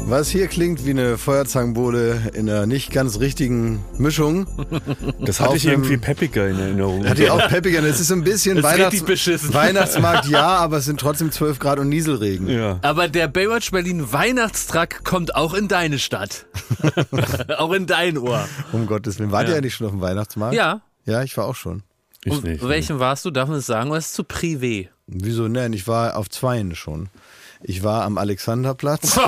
Was hier klingt wie eine Feuerzangenbowle in einer nicht ganz richtigen Mischung. Das hatte ich irgendwie peppiger in Erinnerung. Hatte ich auch peppiger. Es ist so ein bisschen beschissen. Weihnachtsmarkt, ja, aber es sind trotzdem 12 Grad und Nieselregen. Ja. Aber der Baywatch Berlin Weihnachtstruck kommt auch in deine Stadt. Auch in dein Ohr. Um Gottes Willen. Wart ihr ja nicht schon auf dem Weihnachtsmarkt? Ja. Ja, ich war auch schon. Ich nicht. Welchen warst du? Darf man das sagen? Oder ist es zu privé? Wieso? Nein, ich war auf zweien schon. Ich war am Alexanderplatz.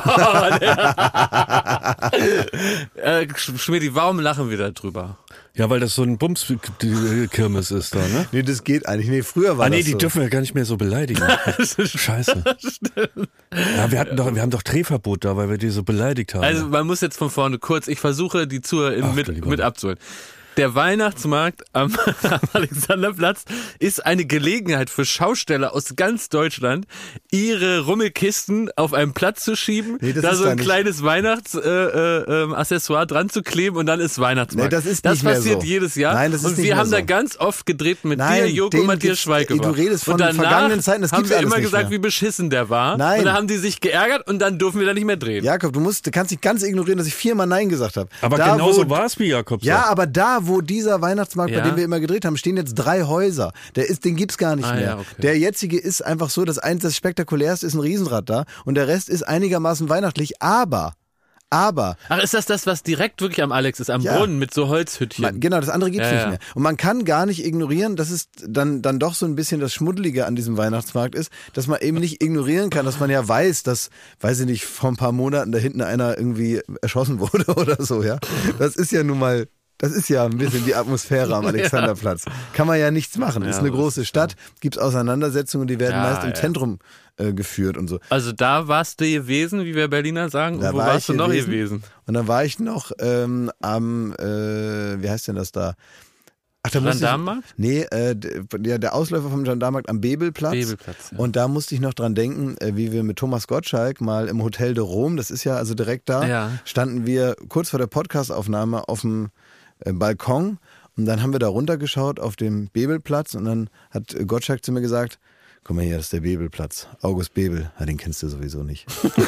Schmidti, warum lachen wir da drüber? Ja, weil das so ein Bums-Kirmes ist da, ne? Nee, das geht eigentlich. Nee, früher war das die so. dürfen wir gar nicht mehr so beleidigen. Scheiße. Ja, wir haben doch Drehverbot da, weil wir die so beleidigt haben. Also man muss jetzt von vorne kurz, ich versuche die Zuhörer mit abzuholen. Der Weihnachtsmarkt am Alexanderplatz ist eine Gelegenheit für Schausteller aus ganz Deutschland, ihre Rummelkisten auf einen Platz zu schieben, da so ein kleines Weihnachtsaccessoire dran zu kleben und dann ist Weihnachtsmarkt. Nee, das passiert so. jedes Jahr. Nein, das ist und nicht wir mehr haben so. da ganz oft gedreht mit dir, Joko, Matthias Schweighöfer. Du redest von und danach vergangenen Zeiten, das haben gibt's wir alles immer nicht gesagt, mehr. wie beschissen der war. Nein. Und dann haben die sich geärgert und dann durften wir da nicht mehr drehen. Jakob, du kannst nicht ganz ignorieren, dass ich 4-mal Nein gesagt habe. Aber genauso war es, wie Jakob sagt. Ja, aber da, wo dieser Weihnachtsmarkt, bei dem wir immer gedreht haben, stehen jetzt 3 Häuser. Den gibt's gar nicht mehr. Ja, okay. Der jetzige ist einfach so, dass das spektakulärste ist ein Riesenrad da und der Rest ist einigermaßen weihnachtlich, aber... Ach, ist das, was direkt wirklich am Alex ist, am Brunnen mit so Holzhüttchen? Genau, das andere gibt's nicht mehr. Und man kann gar nicht ignorieren, dass es dann doch so ein bisschen das Schmuddelige an diesem Weihnachtsmarkt ist, dass man eben nicht ignorieren kann, dass man ja weiß, dass, weiß ich nicht, vor ein paar Monaten da hinten einer irgendwie erschossen wurde oder so, ja. Das ist ja nun mal... Das ist ja ein bisschen die Atmosphäre am Alexanderplatz. Kann man ja nichts machen. Ist eine große Stadt, gibt's Auseinandersetzungen, die werden meist im Zentrum geführt und so. Also da warst du gewesen, wie wir Berliner sagen, und wo warst du noch gewesen? Und dann war ich noch am, wie heißt denn das da? Ach, da Gendarmenmarkt? Nee, der Ausläufer vom Gendarmenmarkt am Bebelplatz. Ja. Und da musste ich noch dran denken, wie wir mit Thomas Gottschalk mal im Hotel de Rome, das ist ja also direkt da, standen wir kurz vor der Podcastaufnahme auf dem Balkon und dann haben wir da runtergeschaut auf dem Bebelplatz und dann hat Gottschalk zu mir gesagt, guck mal hier, das ist der Bebelplatz. August Bebel, den kennst du sowieso nicht.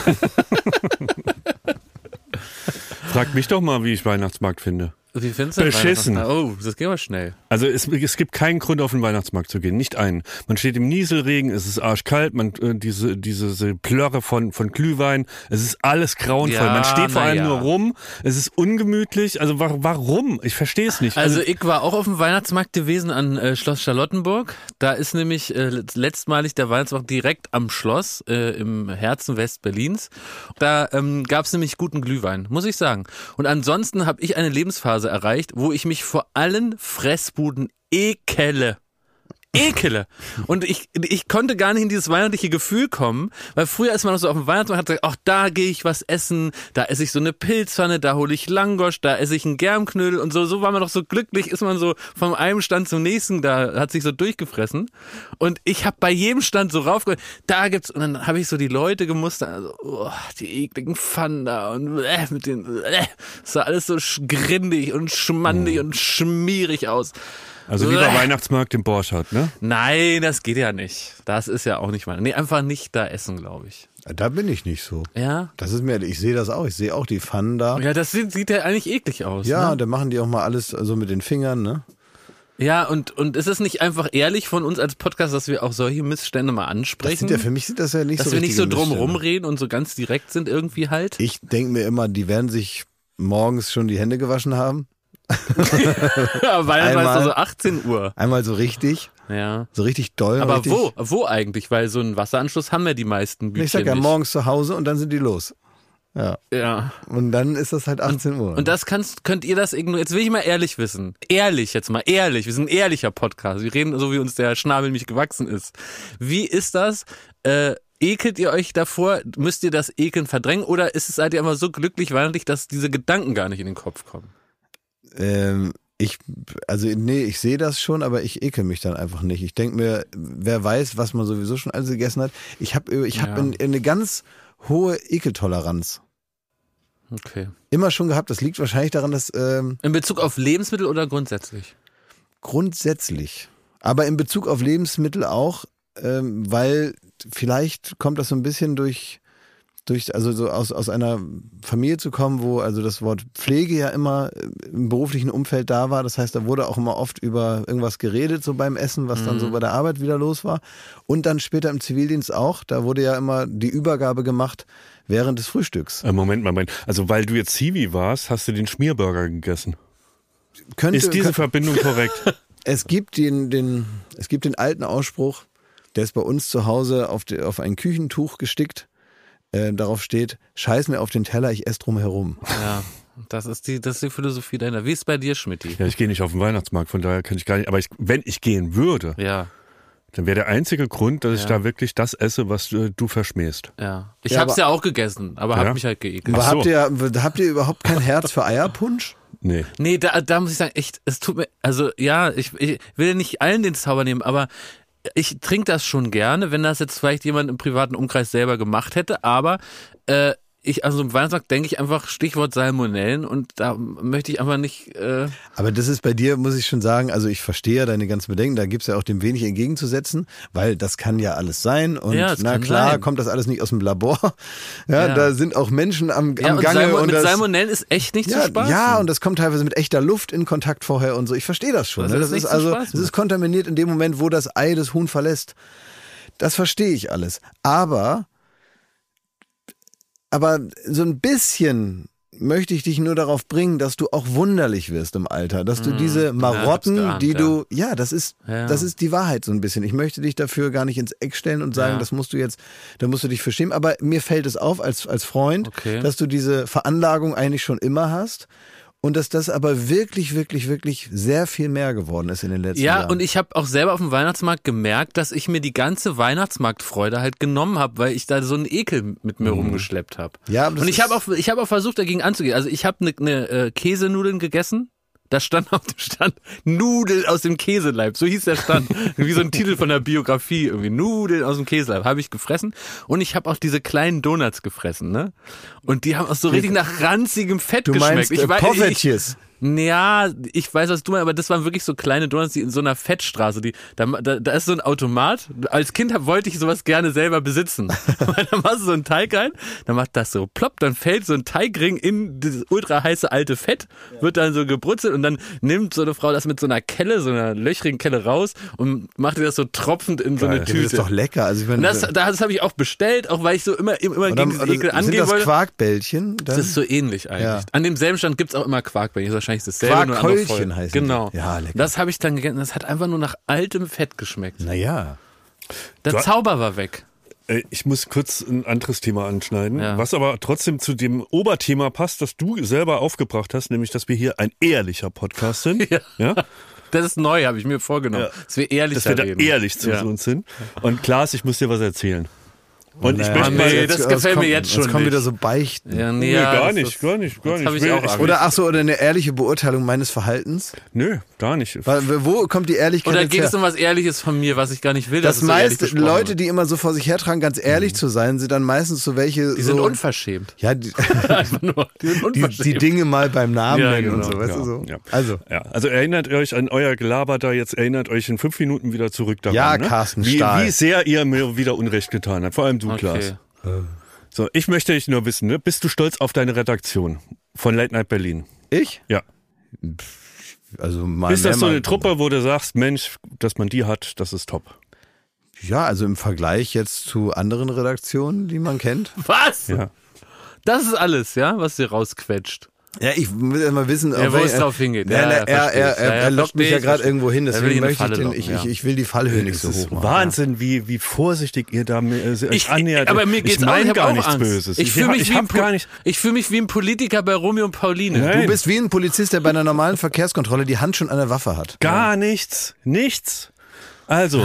Frag mich doch mal, wie ich Weihnachtsmarkt finde. Wie findest du Beschissen. Oh, das geht aber schnell. Also es gibt keinen Grund, auf den Weihnachtsmarkt zu gehen, nicht einen. Man steht im Nieselregen, es ist arschkalt, diese Plörre von Glühwein, es ist alles grauenvoll. Man steht vor allem nur rum, es ist ungemütlich. Also warum? Ich verstehe es nicht. Also ich war auch auf dem Weihnachtsmarkt gewesen an Schloss Charlottenburg. Da ist nämlich letztmalig der Weihnachtsmarkt direkt am Schloss im Herzen Westberlins. Da gab es nämlich guten Glühwein, muss ich sagen. Und ansonsten habe ich eine Lebensphase erreicht, wo ich mich vor allen Fressbuden ekele. Und ich konnte gar nicht in dieses weihnachtliche Gefühl kommen, weil früher ist man noch so auf dem Weihnachtsmarkt und hat gesagt, ach, da gehe ich was essen, da esse ich so eine Pilzpfanne, da hole ich Langosch, da esse ich einen Germknödel und so war man doch so glücklich, ist man so von einem Stand zum nächsten, da hat sich so durchgefressen und ich habe bei jedem Stand so raufgehört, da gibt's, und dann habe ich so die Leute gemustert, also, die ekligen Pfannen da und mit den, sah alles so grindig und schmandig und schmierig aus. Also lieber Weihnachtsmarkt im Borchardt, ne? Nein, das geht ja nicht. Das ist ja auch nicht mal. Nee, einfach nicht da essen, glaube ich. Da bin ich nicht so. Ja? Das ist mir, ich sehe das auch. Ich sehe auch die Pfannen da. Ja, das sieht ja eigentlich eklig aus. Ja, ne? Da machen die auch mal alles so mit den Fingern, ne? Ja, und ist es nicht einfach ehrlich von uns als Podcast, dass wir auch solche Missstände mal ansprechen? Für mich sind das ja nicht dass so wir nicht so drum Missstände. rumreden und so ganz direkt sind irgendwie halt. Ich denke mir immer, die werden sich morgens schon die Hände gewaschen haben. Ja, weil es doch so 18 Uhr. Einmal so richtig. Ja. So richtig doll. Aber richtig. wo eigentlich? Weil so einen Wasseranschluss haben ja die meisten Bütchen Ich sag ja, nicht. morgens zu Hause und dann sind die los. Ja. Und dann ist das halt 18 Uhr. Und das könnt ihr das ignorieren? Jetzt will ich mal ehrlich wissen. Ehrlich, jetzt mal ehrlich. Wir sind ein ehrlicher Podcast. Wir reden so, wie uns der Schnabel nämlich gewachsen ist. Wie ist das? Ekelt ihr euch davor? Müsst ihr das Ekeln verdrängen? Oder seid ihr immer so glücklich weihnachtlich, dass diese Gedanken gar nicht in den Kopf kommen? Ich sehe das schon, aber ich ekel mich dann einfach nicht. Ich denke mir, wer weiß, was man sowieso schon alles gegessen hat. Ich hab eine ganz hohe Ekeltoleranz. Okay. Immer schon gehabt. Das liegt wahrscheinlich daran, dass... In Bezug auf Lebensmittel oder grundsätzlich? Grundsätzlich. Aber in Bezug auf Lebensmittel auch, weil vielleicht kommt das so ein bisschen durch also so aus einer Familie zu kommen, wo also das Wort Pflege ja immer im beruflichen Umfeld da war. Das heißt, da wurde auch immer oft über irgendwas geredet, so beim Essen, was dann so bei der Arbeit wieder los war. Und dann später im Zivildienst auch. Da wurde ja immer die Übergabe gemacht während des Frühstücks. Moment. Also weil du jetzt Zivi warst, hast du den Schmierburger gegessen. Ist diese Verbindung korrekt? Es gibt den alten Ausspruch, der ist bei uns zu Hause auf ein Küchentuch gestickt. Darauf steht, scheiß mir auf den Teller, ich esse drum herum. Ja, das ist die Philosophie dahinter. Wie ist es bei dir, Schmidti? Ja, ich gehe nicht auf den Weihnachtsmarkt, von daher kann ich gar nicht. Aber wenn ich gehen würde, dann wäre der einzige Grund, dass ich da wirklich das esse, was du verschmähst. Ja, ich habe es ja auch gegessen, aber habe mich halt geekelt. Aber habt ihr überhaupt kein Herz für Eierpunsch? Nee, da muss ich sagen, echt, es tut mir, also ja, ich will nicht allen den Zauber nehmen, aber ich trinke das schon gerne, wenn das jetzt vielleicht jemand im privaten Umkreis selber gemacht hätte, aber also im Weihnachtsmarkt denke ich einfach Stichwort Salmonellen und da möchte ich einfach nicht... Aber das ist bei dir, muss ich schon sagen, also ich verstehe ja deine ganzen Bedenken, da gibt's ja auch dem wenig entgegenzusetzen, weil das kann ja alles sein und na klar, kommt das alles nicht aus dem Labor. Ja, da sind auch Menschen am Gange. Und mit Salmonellen ist echt nicht zu spaßen. Ja, und das kommt teilweise mit echter Luft in Kontakt vorher und so. Ich verstehe das schon. Das ist kontaminiert in dem Moment, wo das Ei das Huhn verlässt. Das verstehe ich alles. Aber so ein bisschen möchte ich dich nur darauf bringen, dass du auch wunderlich wirst im Alter, dass du diese Marotten, das ist die Wahrheit so ein bisschen. Ich möchte dich dafür gar nicht ins Eck stellen und sagen, da musst du dich für schämen, aber mir fällt es auf als Freund, dass du diese Veranlagung eigentlich schon immer hast. Und dass das aber wirklich, wirklich, wirklich sehr viel mehr geworden ist in den letzten Jahren. Ja, und ich habe auch selber auf dem Weihnachtsmarkt gemerkt, dass ich mir die ganze Weihnachtsmarktfreude halt genommen habe, weil ich da so einen Ekel mit mir rumgeschleppt habe. Ja, und ich habe auch versucht, dagegen anzugehen. Also ich habe eine Käsenudeln gegessen. Da stand auf dem Stand Nudeln aus dem Käseleib. So hieß der Stand. Wie so ein Titel von der Biografie. Irgendwie Nudeln aus dem Käseleib. Habe ich gefressen. Und ich habe auch diese kleinen Donuts gefressen, ne? Und die haben auch so richtig nach ranzigem Fett geschmeckt. Du meinst Poffertjes? Ja, ich weiß, was du meinst, aber das waren wirklich so kleine Donuts, die in so einer Fettstraße, da ist so ein Automat. Als Kind wollte ich sowas gerne selber besitzen. Weil dann machst du so einen Teig rein, dann macht das so plopp, dann fällt so ein Teigring in dieses ultra heiße alte Fett, wird dann so gebrutzelt und dann nimmt so eine Frau das mit so einer Kelle, so einer löchrigen Kelle raus und macht dir das so tropfend in so eine Tüte. Das ist doch lecker. Also ich meine, das habe ich auch bestellt, auch weil ich so immer gegen diesen Ekel angehen wollte. Sind das Quarkbällchen? Das ist so ähnlich eigentlich. Ja. An demselben Stand gibt's auch immer Quarkbällchen. Das ist wahrscheinlich dasselbe. Quarkhäulchen heißt Genau. Ja, lecker. Das habe ich dann gegessen. Das hat einfach nur nach altem Fett geschmeckt. Naja. Der Zauber war weg. Ich muss kurz ein anderes Thema anschneiden, was aber trotzdem zu dem Oberthema passt, das du selber aufgebracht hast, nämlich, dass wir hier ein ehrlicher Podcast sind. Ja? Das ist neu, habe ich mir vorgenommen. Dass wir ehrlich da ehrlich zu uns sind. Und Klaas, ich muss dir was erzählen. Und ich möchte mal, das gefällt mir jetzt schon. Jetzt kommen wieder so Beichten. Ja, gar nicht. Oder eine ehrliche Beurteilung meines Verhaltens? Nö, gar nicht. Wo kommt die Ehrlichkeit Oder geht es um was Ehrliches von mir, was ich gar nicht will? Das meiste Leute, die immer so vor sich hertragen, ganz ehrlich zu sein, sind dann meistens so welche. Die sind unverschämt. Ja, die Dinge mal beim Namen nennen und so, weißt du so. Ja. Also erinnert euch an euer Gelaber da jetzt, erinnert euch in 5 Minuten wieder zurück daran. Ja, Carsten Stahl. Wie sehr ihr mir wieder Unrecht getan habt. Vor allem du, Klaas. So, ich möchte dich nur wissen, ne? Bist du stolz auf deine Redaktion von Late Night Berlin? Ich? Ja. Also ist das so eine Truppe, wo du sagst, Mensch, dass man die hat, das ist top? Ja, also im Vergleich jetzt zu anderen Redaktionen, die man kennt. Was? Ja. Das ist alles, ja, was dir rausquetscht. Ja, ich will mal wissen, wo es drauf hingeht. Er lockt mich ja gerade irgendwo hin, deswegen möchte ich will die Fallhöhe nicht so hoch machen. Wahnsinn, wie vorsichtig ihr da annähert. Aber mir geht's auch, ich gar nichts Böses. Ich fühle mich wie ein Politiker bei Romeo und Pauline. Nein. Du bist wie ein Polizist, der bei einer normalen Verkehrskontrolle die Hand schon an der Waffe hat. Gar nichts. Also,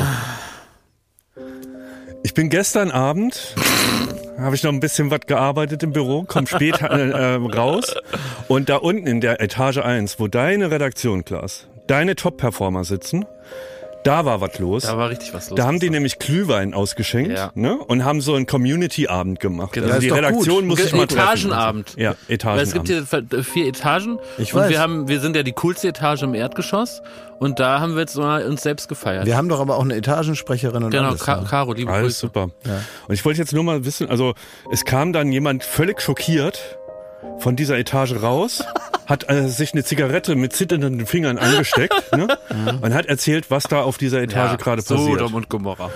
ich bin gestern Abend... Habe ich noch ein bisschen was gearbeitet im Büro, komm spät raus. Und da unten in der Etage 1, wo deine Redaktion, Klaas, deine Top-Performer sitzen, Da war was los. Da war richtig was los. Da haben die nämlich Glühwein ausgeschenkt, ne? Und haben so einen Community-Abend gemacht. Genau. Also die Redaktion muss sich mal treffen. Etagenabend. Ja, Etagenabend. Weil es gibt hier 4 Etagen. Ich und weiß. wir sind ja die coolste Etage im Erdgeschoss. Und da haben wir jetzt mal uns selbst gefeiert. Wir haben doch aber auch eine Etagensprecherin und genau, alles. Caro, liebe Alles Grüße. super. Ja. Und ich wollte jetzt nur mal wissen, also es kam dann jemand völlig schockiert von dieser Etage raus, hat sich eine Zigarette mit zitternden Fingern angesteckt, ne? Und hat erzählt, was da auf dieser Etage gerade passiert. Sodom und Gomorra.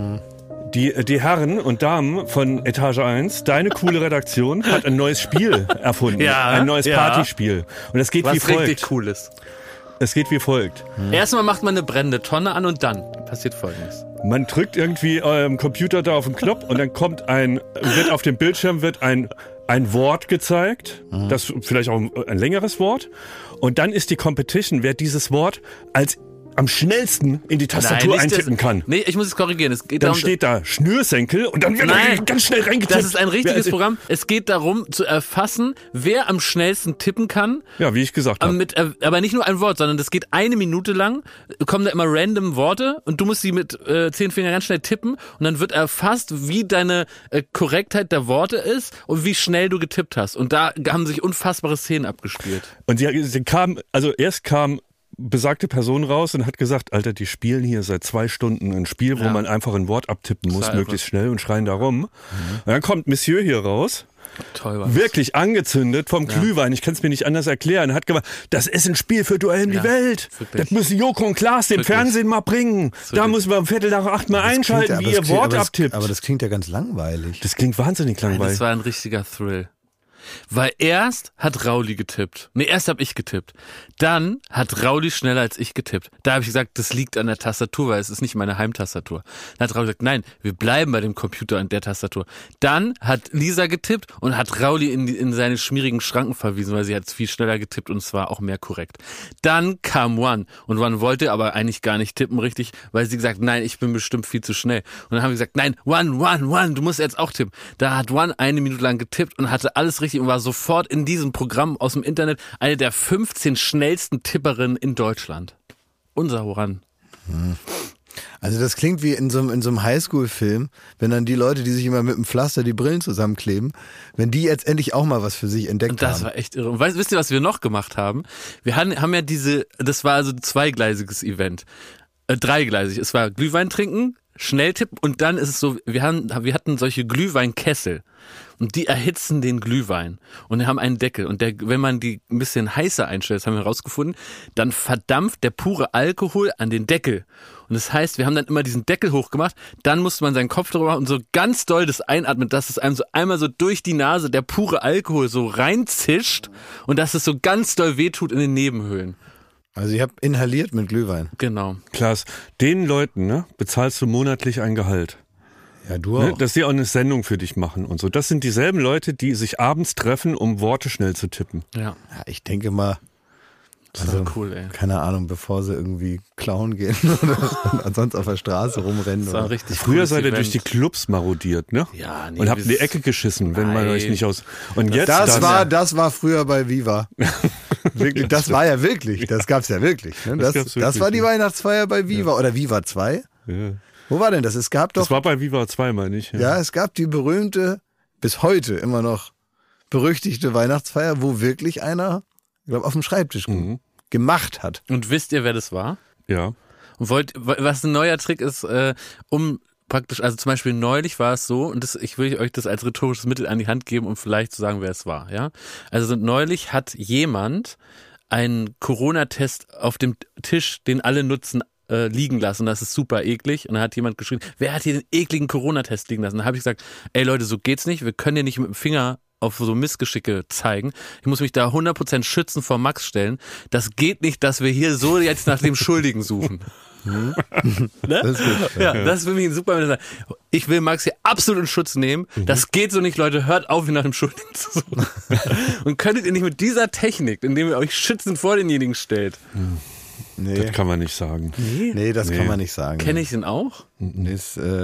Die Herren und Damen von Etage 1, deine coole Redaktion, hat ein neues Spiel erfunden. Ein neues Partyspiel. Und das geht wie folgt. Was richtig cool ist. Es geht wie folgt. Erstmal macht man eine brennende Tonne an und dann passiert Folgendes. Man drückt irgendwie eurem Computer da auf den Knopf und dann wird auf dem Bildschirm ein Wort gezeigt, das vielleicht auch ein längeres Wort. Und dann ist die Competition, wer dieses Wort als am schnellsten in die Tastatur eintippen kann. Nee, ich muss es korrigieren. Es geht dann darum, steht da Schnürsenkel und dann wird ganz schnell reingetippt. Das ist ein richtiges Programm. Es geht darum, zu erfassen, wer am schnellsten tippen kann. Ja, wie ich gesagt habe. Aber nicht nur ein Wort, sondern das geht 1 Minute lang, kommen da immer random Worte und du musst sie mit 10 Fingern ganz schnell tippen und dann wird erfasst, wie deine Korrektheit der Worte ist und wie schnell du getippt hast. Und da haben sich unfassbare Szenen abgespielt. Und erst kam besagte Person raus und hat gesagt, Alter, die spielen hier seit 2 Stunden ein Spiel, wo man einfach ein Wort abtippen muss, möglichst schnell und schreien da rum. Und dann kommt Monsieur hier raus. Toll war's. Wirklich angezündet vom Glühwein. Ich kann es mir nicht anders erklären. Hat gemacht, das ist ein Spiel für Duell um die Welt. Wirklich. Das müssen Joko und Klaas dem Fernsehen mal bringen. Da müssen wir um 7:15 mal einschalten, wie ihr Wort abtippt. Aber das klingt ja ganz langweilig. Das klingt wahnsinnig langweilig. Das war ein richtiger Thrill. Weil erst hat Rauli getippt. Nee, erst habe ich getippt. Dann hat Rauli schneller als ich getippt. Da habe ich gesagt, das liegt an der Tastatur, weil es ist nicht meine Heimtastatur. Dann hat Rauli gesagt, nein, wir bleiben bei dem Computer und der Tastatur. Dann hat Lisa getippt und hat Rauli in seine schmierigen Schranken verwiesen, weil sie hat viel schneller getippt und es war auch mehr korrekt. Dann kam One und One wollte aber eigentlich gar nicht tippen richtig, weil sie gesagt, nein, ich bin bestimmt viel zu schnell. Und dann haben wir gesagt, nein, One, du musst jetzt auch tippen. Da hat One 1 Minute lang getippt und hatte alles richtig und war sofort in diesem Programm aus dem Internet eine der 15 schnellsten Tipperinnen in Deutschland. Unser Horan. Also das klingt wie in so einem Highschool-Film, wenn dann die Leute, die sich immer mit dem Pflaster die Brillen zusammenkleben, wenn die jetzt endlich auch mal was für sich entdeckt haben. Das war echt irre. Und wisst ihr, was wir noch gemacht haben? Wir haben ja das war also ein zweigleisiges Event. Dreigleisig. Es war Glühwein trinken, schnell tippen und dann ist es so, wir hatten solche Glühweinkessel und die erhitzen den Glühwein und die haben einen Deckel und wenn man die ein bisschen heißer einstellt, das haben wir herausgefunden, dann verdampft der pure Alkohol an den Deckel und das heißt, wir haben dann immer diesen Deckel hochgemacht, dann musste man seinen Kopf drüber machen und so ganz doll das einatmen, dass es einem so einmal so durch die Nase der pure Alkohol so reinzischt und dass es so ganz doll wehtut in den Nebenhöhlen. Also ich habe inhaliert mit Glühwein. Genau. Klaas, den Leuten bezahlst du monatlich ein Gehalt. Ja, du auch. Dass die auch eine Sendung für dich machen und so. Das sind dieselben Leute, die sich abends treffen, um Worte schnell zu tippen. Ja, ich denke mal, das war cool, ey. Keine Ahnung, bevor sie irgendwie klauen gehen oder sonst auf der Straße rumrennen. Das war richtig Früher seid ihr Event. durch die Clubs marodiert, ne? Ja, nee, und habt in die Ecke geschissen, wenn man euch nicht aus... Und jetzt das war früher bei Viva. Wirklich, das war ja wirklich, das gab's ja wirklich. Ne? Das war die Weihnachtsfeier bei Viva oder Viva 2. Ja. Wo war denn das? Es gab doch... Das war bei Viva 2, meine ich. Ja, es gab die berühmte, bis heute immer noch berüchtigte Weihnachtsfeier, wo wirklich einer, ich glaube, auf dem Schreibtisch gemacht hat. Und wisst ihr, wer das war? Ja. Und was ein neuer Trick ist, praktisch, also zum Beispiel neulich war es so, und ich will euch das als rhetorisches Mittel an die Hand geben, um vielleicht zu sagen, wer es war, ja. Also neulich hat jemand einen Corona-Test auf dem Tisch, den alle nutzen, liegen lassen. Das ist super eklig. Und dann hat jemand geschrieben, wer hat hier den ekligen Corona-Test liegen lassen? Dann habe ich gesagt, ey Leute, so geht's nicht. Wir können hier nicht mit dem Finger auf so Missgeschicke zeigen. Ich muss mich da 100% schützen vor Max stellen. Das geht nicht, dass wir hier so jetzt nach dem Schuldigen suchen. Ne? Das ist gut. Ja, das ist für mich ein super. Ich will Max hier absolut in Schutz nehmen. Das geht so nicht, Leute. Hört auf, ihn nach dem Schuldigen zu suchen. Und könntet ihr nicht mit dieser Technik, indem ihr euch schützend vor denjenigen stellt? Nee. Das kann man nicht sagen. Nee, das kann man nicht sagen. Kenne ich den auch? Nee,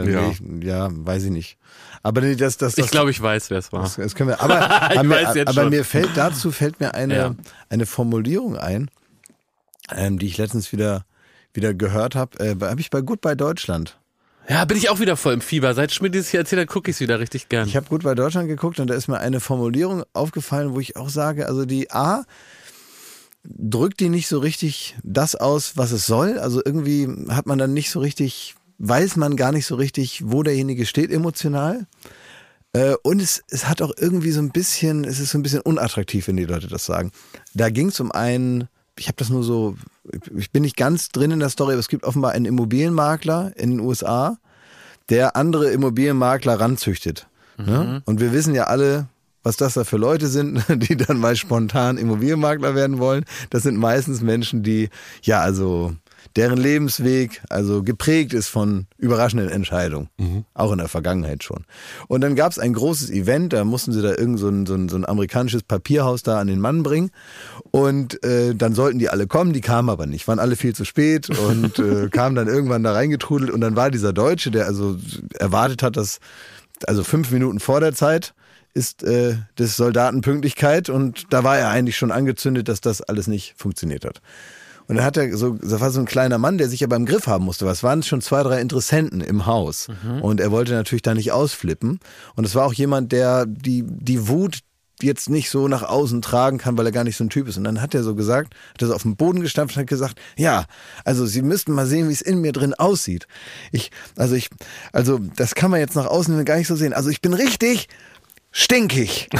weiß ich nicht. Aber nee, das ich glaube, ich weiß, wer es war. Das können wir. Aber mir fällt mir eine Formulierung ein, die ich letztens wieder wieder gehört habe, habe ich bei Goodbye Deutschland. Ja, bin ich auch wieder voll im Fieber. Seit Schmidt dieses hier erzählt hat, gucke ich es wieder richtig gern. Ich habe Goodbye Deutschland geguckt und da ist mir eine Formulierung aufgefallen, wo ich auch sage, also die A drückt die nicht so richtig das aus, was es soll. Also irgendwie hat man dann nicht so richtig, weiß man gar nicht so richtig, wo derjenige steht emotional. Und es hat auch irgendwie so ein bisschen, es ist so ein bisschen unattraktiv, wenn die Leute das sagen. Da ging es um einen, ich habe das nur so, ich bin nicht ganz drin in der Story, aber es gibt offenbar einen Immobilienmakler in den USA, der andere Immobilienmakler ranzüchtet. Ne? Und wir wissen ja alle, was das da für Leute sind, die dann mal spontan Immobilienmakler werden wollen. Das sind meistens Menschen, die, ja, also deren Lebensweg also geprägt ist von überraschenden Entscheidungen, auch in der Vergangenheit schon. Und dann gab es ein großes Event, da mussten sie da irgend so ein amerikanisches Papierhaus da an den Mann bringen und dann sollten die alle kommen, die kamen aber nicht, waren alle viel zu spät und kamen dann irgendwann da reingetrudelt und dann war dieser Deutsche, der also erwartet hat, dass also 5 Minuten vor der Zeit ist des Soldaten Pünktlichkeit und da war er eigentlich schon angezündet, dass das alles nicht funktioniert hat. Und dann hat das war so ein kleiner Mann, der sich aber im Griff haben musste. Es waren schon 2, 3 Interessenten im Haus. Und er wollte natürlich da nicht ausflippen. Und es war auch jemand, der die Wut jetzt nicht so nach außen tragen kann, weil er gar nicht so ein Typ ist. Und dann hat er so gesagt, hat er so auf den Boden gestampft und hat gesagt, ja, also Sie müssten mal sehen, wie es in mir drin aussieht. Also das kann man jetzt nach außen gar nicht so sehen. Also ich bin richtig stinkig.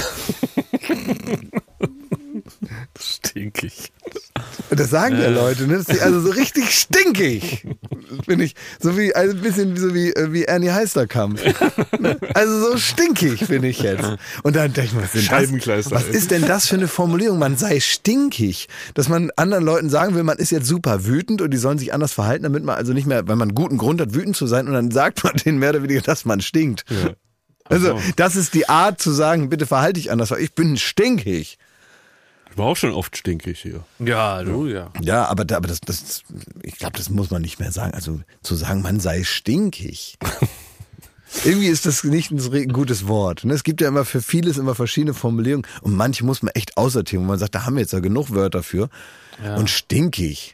Stinkig. Das sagen ja Leute, ne? Also so richtig stinkig. Bin ich. So wie, also ein bisschen so wie Ernie Heisterkamp. Also so stinkig bin ich jetzt. Und dann denke ich mir, was ist denn das für eine Formulierung? Man sei stinkig. Dass man anderen Leuten sagen will, man ist jetzt super wütend und die sollen sich anders verhalten, damit man also nicht mehr, weil man einen guten Grund hat, wütend zu sein und dann sagt man denen mehr oder weniger, dass man stinkt. Ja. Also das ist die Art zu sagen, bitte verhalte dich anders, weil ich bin stinkig. Ich war auch schon oft stinkig hier. Ja, du, ja. Ja, aber das ich glaube, das muss man nicht mehr sagen. Also zu sagen, man sei stinkig. Irgendwie ist das nicht ein gutes Wort. Es gibt ja immer für vieles immer verschiedene Formulierungen und manche muss man echt aussortieren, wo man sagt, da haben wir jetzt ja genug Wörter für. Ja. Und stinkig.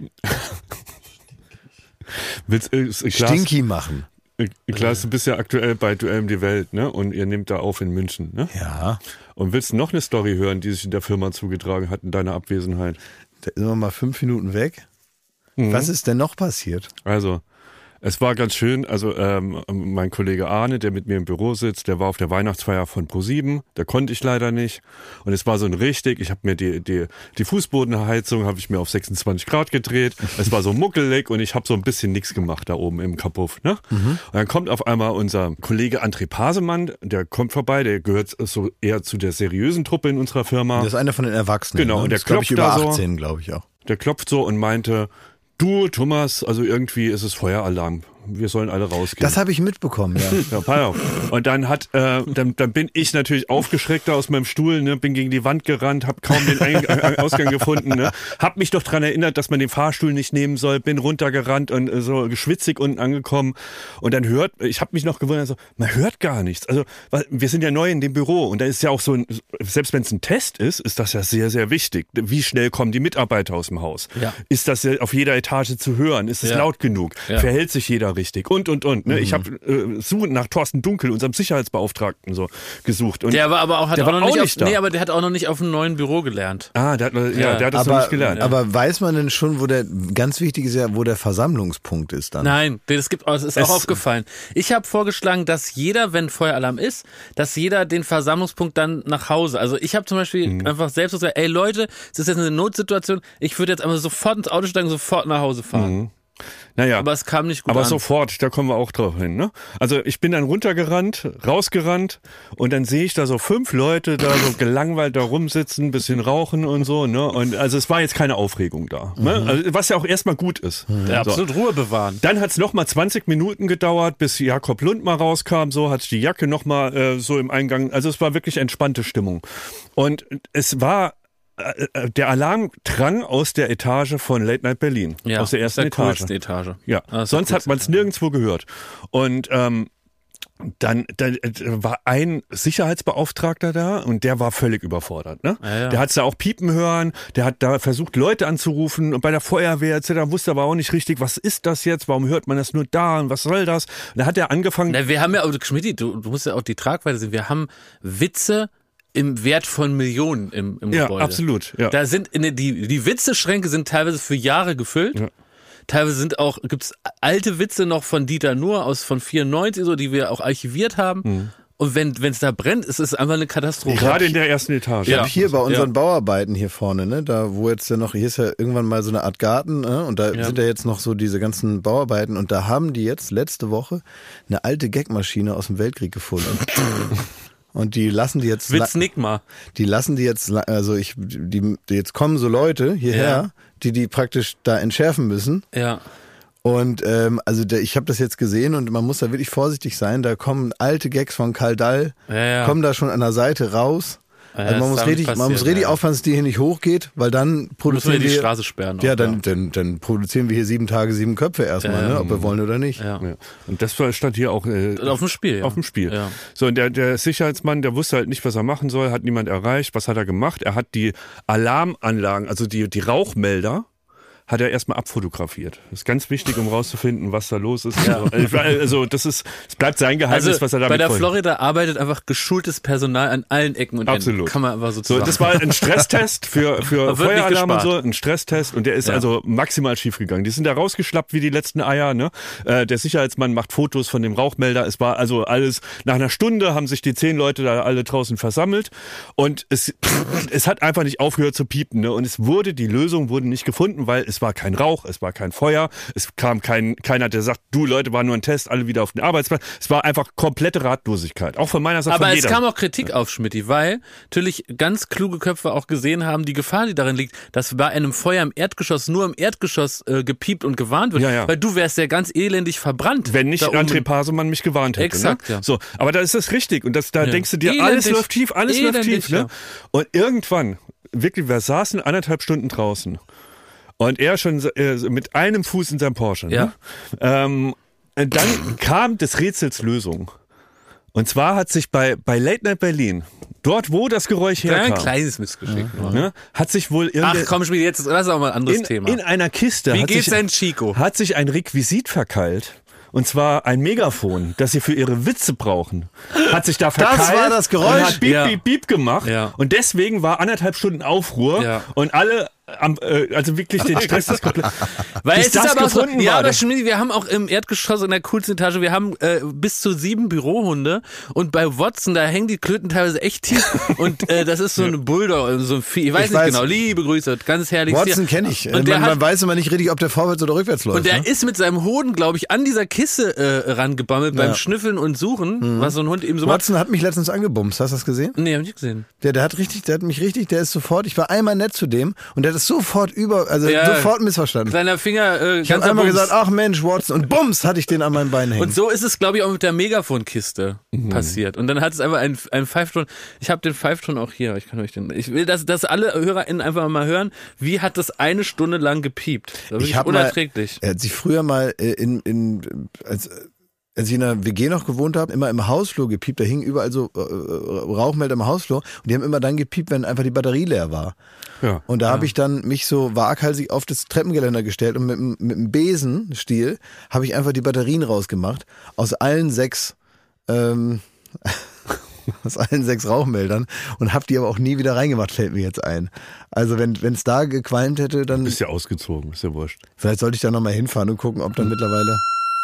Stinky machen. Klaas, du bist ja aktuell bei Duell um die Welt, ne? Und ihr nehmt da auf in München, ne? Ja. Und willst du noch eine Story hören, die sich in der Firma zugetragen hat in deiner Abwesenheit? Da sind wir mal 5 Minuten weg. Was ist denn noch passiert? Also, es war ganz schön, also mein Kollege Arne, der mit mir im Büro sitzt, der war auf der Weihnachtsfeier von ProSieben, da konnte ich leider nicht. Und es war so ein richtig, ich habe mir die Fußbodenheizung habe ich mir auf 26 Grad gedreht, es war so muckelig und ich habe so ein bisschen nichts gemacht da oben im Kapuff. Ne? Und dann kommt auf einmal unser Kollege André Pasemann, der kommt vorbei, der gehört so eher zu der seriösen Truppe in unserer Firma. Das ist einer von den Erwachsenen. Genau, ne? Und der das klopft über da 18, glaube ich auch. Der klopft so und meinte, du, Thomas, also irgendwie ist es Feueralarm. Wir sollen alle rausgehen. Das habe ich mitbekommen, ja. Ja, pass auf. Und dann dann bin ich natürlich aufgeschreckt da aus meinem Stuhl, ne, bin gegen die Wand gerannt, habe kaum den Ausgang gefunden, ne, hab mich doch dran erinnert, dass man den Fahrstuhl nicht nehmen soll, bin runtergerannt und so geschwitzig unten angekommen. Und dann ich habe mich noch gewundert, so, man hört gar nichts. Also wir sind ja neu in dem Büro und da ist ja auch so selbst wenn es ein Test ist das ja sehr, sehr wichtig. Wie schnell kommen die Mitarbeiter aus dem Haus? Ja. Ist das auf jeder Etage zu hören? Ist es laut genug? Ja. Verhält sich jeder richtig und. Ne? Ich habe suchend nach Thorsten Dunkel, unserem Sicherheitsbeauftragten, so gesucht. Und der war aber auch, hat auch noch nicht da. Nee, aber der hat auch noch nicht auf einem neuen Büro gelernt. Ah, der hat das noch nicht gelernt. Aber weiß man denn schon, ganz wichtig ist ja, wo der Versammlungspunkt ist dann? Nein, es ist auch aufgefallen. Ich habe vorgeschlagen, dass jeder, wenn Feueralarm ist, dass jeder den Versammlungspunkt dann nach Hause, also ich habe zum Beispiel einfach selbst gesagt, ey Leute, es ist jetzt eine Notsituation, ich würde jetzt einfach sofort ins Auto steigen, sofort nach Hause fahren. Naja, aber es kam nicht gut aber an. Sofort, da kommen wir auch drauf hin. Ne? Also ich bin dann rausgerannt und dann sehe ich da so 5 Leute da so gelangweilt da rumsitzen, bisschen rauchen und so. Ne? Und also es war jetzt keine Aufregung da, ne? Also, was ja auch erstmal gut ist. Ja, absolut Ruhe bewahren. Dann hat es nochmal 20 Minuten gedauert, bis Jakob Lund mal rauskam, so hat die Jacke nochmal so im Eingang, also es war wirklich entspannte Stimmung. Und es war der Alarm drang aus der Etage von Late Night Berlin. Ja, aus der ersten Etage. Etage. Ja, sonst hat man es nirgendwo gehört. Und Dann war ein Sicherheitsbeauftragter da und der war völlig überfordert. Ne? Ja. Der hat da auch piepen hören, der hat da versucht, Leute anzurufen und bei der Feuerwehr etc. wusste aber auch nicht richtig, was ist das jetzt, warum hört man das nur da und was soll das? Und da hat er angefangen... Na, wir haben ja, Schmidti, du musst ja auch die Tragweite sehen, wir haben Witze im Wert von Millionen im Gebäude. Ja, absolut. Ja. Da sind die Witzeschränke sind teilweise für Jahre gefüllt. Ja. Teilweise gibt's alte Witze noch von Dieter Nuhr von 94, so, die wir auch archiviert haben. Mhm. Und wenn es da brennt, ist es einfach eine Katastrophe. Gerade in der ersten Etage. Ich habe hier bei unseren Bauarbeiten hier vorne, ne, da wo jetzt ja noch, hier ist ja irgendwann mal so eine Art Garten, ne, und da sind ja jetzt noch so diese ganzen Bauarbeiten und da haben die jetzt letzte Woche eine alte Gagmaschine aus dem Weltkrieg gefunden. Und die lassen die jetzt... Witznigma. Die lassen die jetzt, also jetzt kommen so Leute hierher, die praktisch da entschärfen müssen. Ja. Und ich habe das jetzt gesehen und man muss da wirklich vorsichtig sein. Da kommen alte Gags von Karl Dall, kommen da schon an der Seite raus. Also man muss richtig aufpassen, dass die hier nicht hochgeht, weil dann produzieren wir die Straße sperren. Ja, dann produzieren wir hier 7 Tage 7 Köpfe erstmal, ne, ob wir wollen oder nicht. Ja. Und das stand hier auch auf dem Spiel. Ja. Auf dem Spiel. Ja. So, und der Sicherheitsmann, der wusste halt nicht, was er machen soll, hat niemand erreicht. Was hat er gemacht? Er hat die Alarmanlagen, also die Rauchmelder, hat er erstmal abfotografiert. Das ist ganz wichtig, um rauszufinden, was da los ist. Ja. Also es bleibt sein Geheimnis, was er damit bei der Florida arbeitet einfach geschultes Personal an allen Ecken und Enden. Kann man einfach so das war ein Stresstest für Feueralarm und so, ein Stresstest und der ist also maximal schief gegangen. Die sind da rausgeschlappt wie die letzten Eier. Ne? Der Sicherheitsmann macht Fotos von dem Rauchmelder. Es war also alles, nach einer Stunde haben sich die 10 Leute da alle draußen versammelt und es hat einfach nicht aufgehört zu piepen. Ne? Und die Lösung wurde nicht gefunden, weil es war kein Rauch, es war kein Feuer, es kam keiner, der sagt, du Leute, war nur ein Test, alle wieder auf den Arbeitsplatz. Es war einfach komplette Ratlosigkeit, auch von meiner Seite. Aber es kam auch Kritik auf, Schmidti, weil natürlich ganz kluge Köpfe auch gesehen haben, die Gefahr, die darin liegt, dass bei einem Feuer im Erdgeschoss nur im Erdgeschoss gepiept und gewarnt wird, weil du wärst ja ganz elendig verbrannt. Wenn nicht André Pasemann mich gewarnt hätte. Exakt, ne? So, aber da ist das richtig und da denkst du dir, alles läuft tief. Ne? Und irgendwann, wirklich, wir saßen 1,5 Stunden draußen. Und er schon mit einem Fuß in seinem Porsche. Ne? Ja. Dann kam des Rätsels Lösung. Und zwar hat sich bei Late Night Berlin, dort wo das Geräusch herkam. Ein kleines Missgeschick. Ne, hat sich wohl Ach komm, Spiel, jetzt lass auch mal ein anderes Thema. In einer Kiste hat sich ein Requisit verkeilt. Und zwar ein Megafon, das sie für ihre Witze brauchen. Hat sich da verkeilt. Das war das Geräusch. Und hat Beep, Beep, Beep gemacht. Ja. Und deswegen war 1,5 Stunden Aufruhr. Ja. Und alle, also wirklich den Stress des komplett. Weil es ist aber so, ja, aber Schmidt, wir haben auch im Erdgeschoss in der coolsten Etage, wir haben bis zu 7 Bürohunde und bei Watson, da hängen die Klöten teilweise echt tief und das ist so ein Bulldog, so ein Vieh, ich weiß nicht genau, liebe Grüße, ganz herrlich. Watson kenne ich. Und man weiß immer nicht richtig, ob der vorwärts oder rückwärts läuft. Und der ist mit seinem Hoden, glaube ich, an dieser Kiste rangebammelt beim Schnüffeln und Suchen, was so ein Hund eben so macht. Watson hat mich letztens angebumst, hast du das gesehen? Nee, hab ich nicht gesehen. Der hat mich richtig, der ist sofort, ich war einmal nett zu dem und der hat es sofort sofort missverstanden. Kleiner Finger, ich habe einmal gesagt, ach Mensch, Watson, und bums, hatte ich den an meinem Bein hängen. Und so ist es, glaube ich, auch mit der Megafonkiste passiert. Und dann hat es einfach ein Pfeifton, ich habe den Pfeifton auch hier, ich will, dass alle HörerInnen einfach mal hören, wie hat das 1 Stunde lang gepiept. Das ist unerträglich. Er hat sich früher mal als ich in einer WG noch gewohnt habe, immer im Hausflur gepiept. Da hingen überall so Rauchmelder im Hausflur und die haben immer dann gepiept, wenn einfach die Batterie leer war. Ja. Und da habe ich dann mich so waghalsig auf das Treppengeländer gestellt und mit einem Besenstiel habe ich einfach die Batterien rausgemacht. Aus allen 6 Rauchmeldern und habe die aber auch nie wieder reingemacht, fällt mir jetzt ein. Also wenn es da gequalmt hätte, dann... Du bist ja ausgezogen, ist ja wurscht. Vielleicht sollte ich da nochmal hinfahren und gucken, ob dann mittlerweile...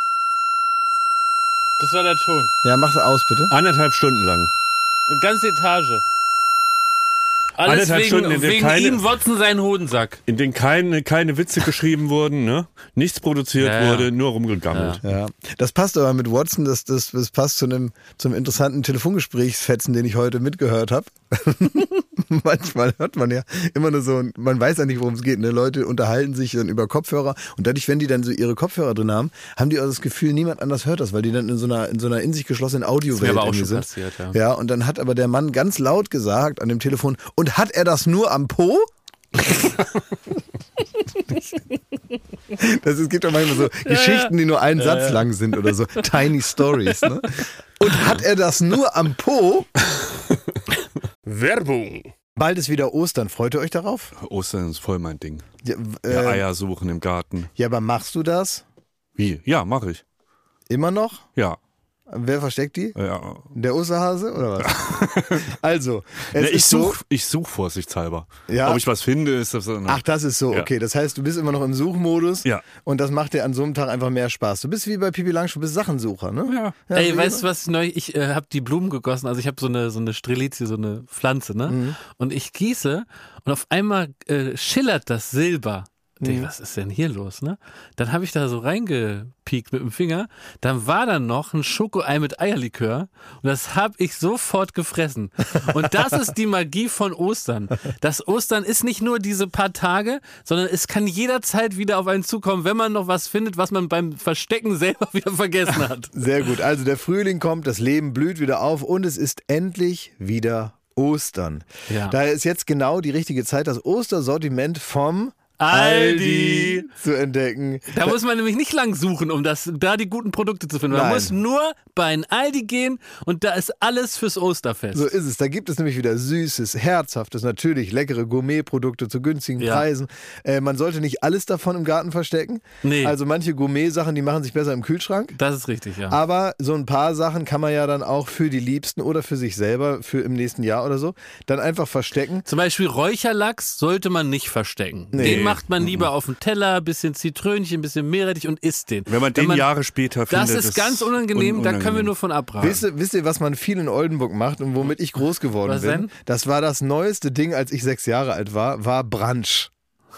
Das war der Ton. Ja, mach es aus, bitte. 1,5 Stunden lang. Eine ganze Etage. Alles wegen ihm Watson seinen Hodensack. In denen keine Witze geschrieben wurden, ne? Nichts produziert wurde, nur rumgegammelt. Ja. Das passt aber mit Watson, das passt zum interessanten Telefongesprächsfetzen, den ich heute mitgehört habe. Manchmal hört man ja immer nur so, man weiß ja nicht, worum es geht. Ne? Leute unterhalten sich dann über Kopfhörer und dadurch, wenn die dann so ihre Kopfhörer drin haben die auch das Gefühl, niemand anders hört das, weil die dann in so einer in sich geschlossenen Audiowelt irgendwie sind. Passiert, ja, und dann hat aber der Mann ganz laut gesagt an dem Telefon, und hat er das nur am Po? Es gibt doch manchmal so Geschichten, die nur einen Satz lang sind oder so. Tiny Stories. Ne? Und hat er das nur am Po? Werbung. Bald ist wieder Ostern. Freut ihr euch darauf? Ostern ist voll mein Ding. Ja, Eier suchen im Garten. Ja, aber machst du das? Wie? Ja, mache ich. Immer noch? Ja. Wer versteckt die? Ja. Der Osterhase oder was? Also, ich such vorsichtshalber. Ja? Ob ich was finde, ist das so. Ach, das ist so, okay. Das heißt, du bist immer noch im Suchmodus und das macht dir an so einem Tag einfach mehr Spaß. Du bist wie bei Pippi Langstrumpf, du bist Sachensucher, ne? Ja. Ey, weißt du was neu? Ich habe die Blumen gegossen, also ich habe so eine Strelizie, so eine Pflanze, ne? Mhm. Und ich gieße und auf einmal schillert das Silber. Was ist denn hier los, ne? Dann habe ich da so reingepiekt mit dem Finger. Dann war da noch ein Schokoei mit Eierlikör und das habe ich sofort gefressen. Und das ist die Magie von Ostern. Das Ostern ist nicht nur diese paar Tage, sondern es kann jederzeit wieder auf einen zukommen, wenn man noch was findet, was man beim Verstecken selber wieder vergessen hat. Sehr gut. Also der Frühling kommt, das Leben blüht wieder auf und es ist endlich wieder Ostern. Ja. Daher ist jetzt genau die richtige Zeit, das Ostersortiment vom Aldi zu entdecken. Da muss man nämlich nicht lang suchen, um da die guten Produkte zu finden. Man muss nur bei einem Aldi gehen und da ist alles fürs Osterfest. So ist es. Da gibt es nämlich wieder Süßes, Herzhaftes, natürlich leckere Gourmetprodukte zu günstigen Preisen. Man sollte nicht alles davon im Garten verstecken. Nee. Also manche Gourmet-Sachen, die machen sich besser im Kühlschrank. Das ist richtig, ja. Aber so ein paar Sachen kann man ja dann auch für die Liebsten oder für sich selber, für im nächsten Jahr oder so, dann einfach verstecken. Zum Beispiel Räucherlachs sollte man nicht verstecken. Nee. Den macht man lieber auf den Teller, bisschen Zitrönchen, bisschen Meerrettich und isst den. Wenn man den Jahre später findet. Das ist ganz unangenehm, da können wir nur von abraten. Wisst ihr, was man viel in Oldenburg macht und womit ich groß geworden bin? Denn? Das war das neueste Ding, als ich 6 Jahre alt war Brunch.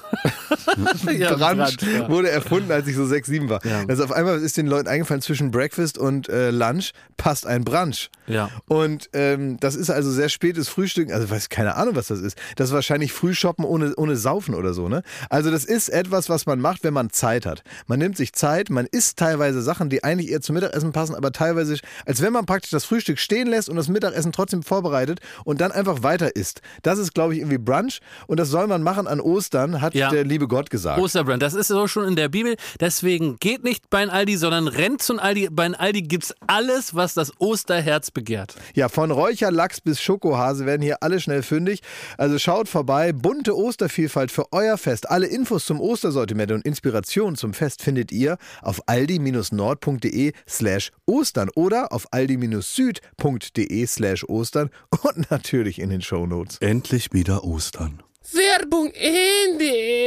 Brunch wurde erfunden, als ich so 6, 7 war. Ja. Also auf einmal ist den Leuten eingefallen, zwischen Breakfast und Lunch passt ein Brunch. Ja. Und das ist also sehr spätes Frühstück, also weiß keine Ahnung, was das ist. Das ist wahrscheinlich Frühshoppen ohne Saufen oder so, ne? Also das ist etwas, was man macht, wenn man Zeit hat. Man nimmt sich Zeit, man isst teilweise Sachen, die eigentlich eher zum Mittagessen passen, aber teilweise, als wenn man praktisch das Frühstück stehen lässt und das Mittagessen trotzdem vorbereitet und dann einfach weiter isst. Das ist, glaube ich, irgendwie Brunch und das soll man machen an Ostern, hat der liebe Gott gesagt. Osterbrunch, das ist so schon in der Bibel. Deswegen geht nicht bei Aldi, sondern rennt zum Aldi. Bei Aldi gibt's alles, was das Osterherz begehrt. Ja, von Räucherlachs bis Schokohase werden hier alle schnell fündig. Also schaut vorbei. Bunte Ostervielfalt für euer Fest. Alle Infos zum Ostersortiment und Inspiration zum Fest findet ihr auf aldi-nord.de/Ostern oder auf aldi-süd.de/Ostern und natürlich in den Shownotes. Endlich wieder Ostern. Werbung Ende.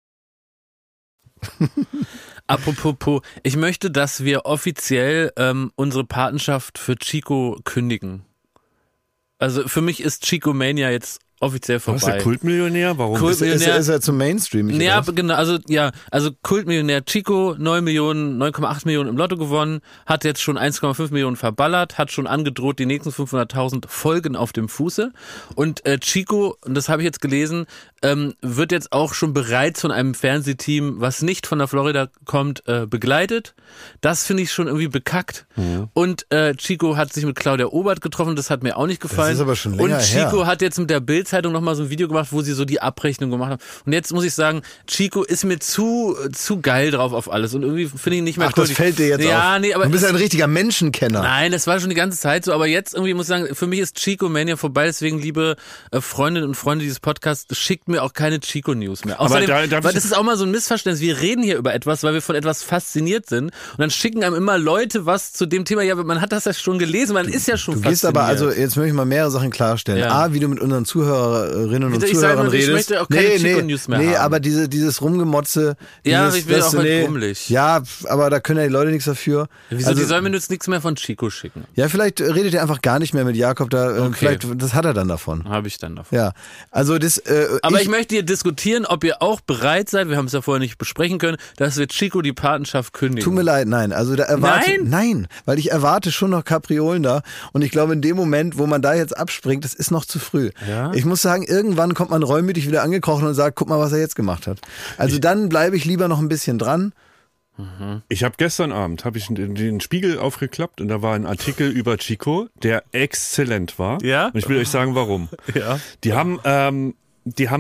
Apropos, ich möchte, dass wir offiziell unsere Patenschaft für Chico kündigen. Also für mich ist Chico Mania jetzt offiziell vorbei. Was ist der Kultmillionär? Warum? Kultmillionär ist er zum Mainstream? Ja, genau, also Kultmillionär Chico, 9,8 Millionen im Lotto gewonnen, hat jetzt schon 1,5 Millionen verballert, hat schon angedroht, die nächsten 500.000 folgen auf dem Fuße. Und Chico, und das habe ich jetzt gelesen, wird jetzt auch schon bereits von einem Fernsehteam, was nicht von der Florida kommt, begleitet. Das finde ich schon irgendwie bekackt. Mhm. Und Chico hat sich mit Claudia Obert getroffen, das hat mir auch nicht gefallen. Das ist aber schon länger her. Und Chico hat jetzt mit der Bild-Zeitung nochmal so ein Video gemacht, wo sie so die Abrechnung gemacht haben. Und jetzt muss ich sagen, Chico ist mir zu geil drauf auf alles. Und irgendwie finde ich ihn nicht mehr cool. Das fällt dir jetzt auf. Nee, aber du bist ein richtiger Menschenkenner. Nein, das war schon die ganze Zeit so. Aber jetzt irgendwie muss ich sagen, für mich ist Chico Mania vorbei. Deswegen, liebe Freundinnen und Freunde dieses Podcasts, schickt mir auch keine Chico-News mehr. Außerdem, weil das ist auch mal so ein Missverständnis. Wir reden hier über etwas, weil wir von etwas fasziniert sind. Und dann schicken einem immer Leute was zu dem Thema. Ja, man hat das ja schon gelesen, man ist ja schon fasziniert. Du gehst aber, also jetzt möchte ich mal mehrere Sachen klarstellen. Ja. A, wie du mit unseren Zuhörerinnen und Zuhörern redest. Ich möchte auch keine Chico-News mehr haben. Nee, aber dieses Rumgemotze. Ja, ich will auch mal rummelig. Ja, aber da können ja die Leute nichts dafür. Wieso, die sollen mir jetzt nichts mehr von Chico schicken? Ja, vielleicht redet ihr einfach gar nicht mehr mit Jakob. Vielleicht, das hat er dann davon. Habe ich dann davon. Ja, also das... aber ich möchte hier diskutieren, ob ihr auch bereit seid, wir haben es ja vorher nicht besprechen können, dass wir Chico die Patenschaft kündigen. Tut mir leid, nein. Also nein, weil ich erwarte schon noch Kapriolen da und ich glaube in dem Moment, wo man da jetzt abspringt, das ist noch zu früh. Ja? Ich muss sagen, irgendwann kommt man reumütig wieder angekrochen und sagt, guck mal, was er jetzt gemacht hat. Also dann bleibe ich lieber noch ein bisschen dran. Ich habe gestern Abend den Spiegel aufgeklappt und da war ein Artikel über Chico, der exzellent war. Ja? Und ich will euch sagen, warum. Ja. Die haben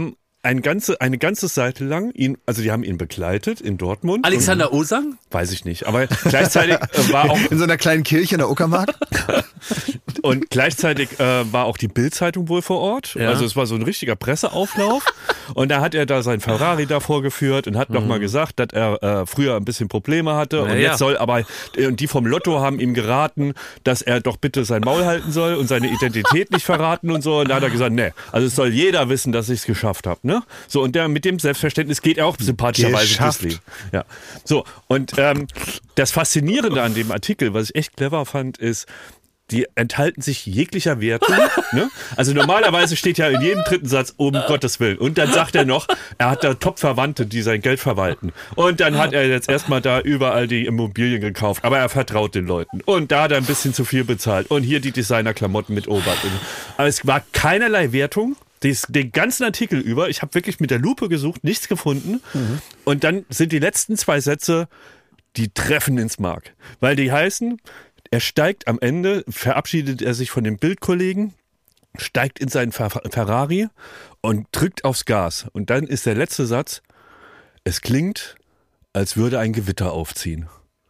eine ganze Seite lang die haben ihn begleitet in Dortmund. Alexander Osang? Weiß ich nicht, aber gleichzeitig war auch in so einer kleinen Kirche in der Uckermark. Und gleichzeitig war auch die Bild-Zeitung wohl vor Ort. Ja. Also es war so ein richtiger Presseauflauf. Und da hat er da sein Ferrari da vorgeführt und hat nochmal gesagt, dass er früher ein bisschen Probleme hatte. Und jetzt soll aber, und die vom Lotto haben ihm geraten, dass er doch bitte sein Maul halten soll und seine Identität nicht verraten und so. Und da hat er gesagt, nee, also es soll jeder wissen, dass ich es geschafft habe. Ne? So, und mit dem Selbstverständnis geht er auch sympathischerweise durchs Leben. Ja. So, und das Faszinierende an dem Artikel, was ich echt clever fand, ist, die enthalten sich jeglicher Wertung. Ne? Also normalerweise steht ja in jedem dritten Satz, um Gottes Willen. Und dann sagt er noch, er hat da Top-Verwandte, die sein Geld verwalten. Und dann hat er jetzt erstmal da überall die Immobilien gekauft. Aber er vertraut den Leuten. Und da hat er ein bisschen zu viel bezahlt. Und hier die Designerklamotten mit Obert. Aber es war keinerlei Wertung. Den ganzen Artikel über. Ich habe wirklich mit der Lupe gesucht, nichts gefunden. Mhm. Und dann sind die letzten 2 Sätze, die treffen ins Mark. Weil die heißen... Er steigt am Ende, verabschiedet er sich von den Bildkollegen, steigt in seinen Ferrari und drückt aufs Gas. Und dann ist der letzte Satz, es klingt, als würde ein Gewitter aufziehen.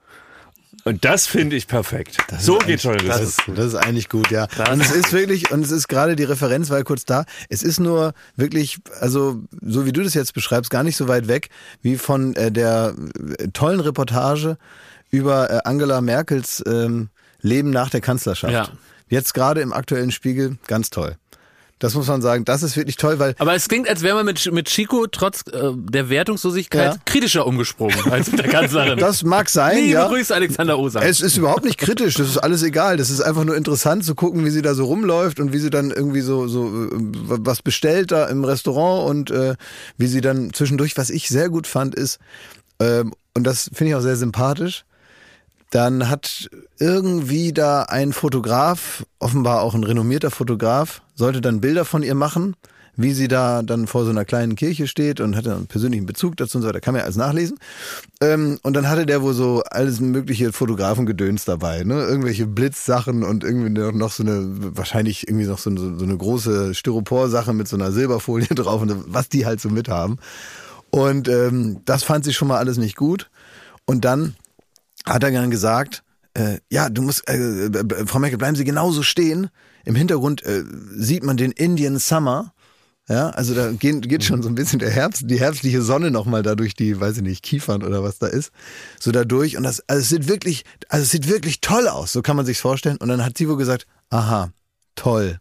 Und das finde ich perfekt. So geht Journalismus. Das ist eigentlich gut, ja. Und es ist wirklich, und es ist gerade die Referenz, weil kurz da, es ist nur wirklich, also so wie du das jetzt beschreibst, gar nicht so weit weg, wie von der tollen Reportage über Angela Merkels Leben nach der Kanzlerschaft. Ja. Jetzt gerade im aktuellen Spiegel, ganz toll. Das muss man sagen, das ist wirklich toll, weil... Aber es klingt, als wäre man mit Chico trotz der Wertungslosigkeit kritischer umgesprungen als mit der Kanzlerin. Das mag sein, Liebe Grüße, Alexander Osang. Es ist überhaupt nicht kritisch, das ist alles egal. Das ist einfach nur interessant zu gucken, wie sie da so rumläuft und wie sie dann irgendwie so was bestellt da im Restaurant und wie sie dann zwischendurch, was ich sehr gut fand, ist, und das finde ich auch sehr sympathisch, dann hat irgendwie da ein Fotograf, offenbar auch ein renommierter Fotograf, sollte dann Bilder von ihr machen, wie sie da dann vor so einer kleinen Kirche steht und hatte einen persönlichen Bezug dazu und so weiter, kann man ja alles nachlesen. Und dann hatte der wohl so alles mögliche Fotografengedöns dabei, ne? Irgendwelche Blitzsachen und irgendwie noch so eine, wahrscheinlich irgendwie noch so eine große Styropor-Sache mit so einer Silberfolie drauf und was die halt so mithaben. Und das fand sie schon mal alles nicht gut. Und dann hat er dann gesagt, ja, du musst, Frau Merkel, bleiben Sie genauso stehen. Im Hintergrund sieht man den Indian Summer. Ja, also da geht schon so ein bisschen die herbstliche Sonne nochmal da durch die, weiß ich nicht, Kiefern oder was da ist, so da durch. Und es sieht wirklich toll aus, so kann man sich's vorstellen. Und dann hat sie wohl gesagt, aha, toll.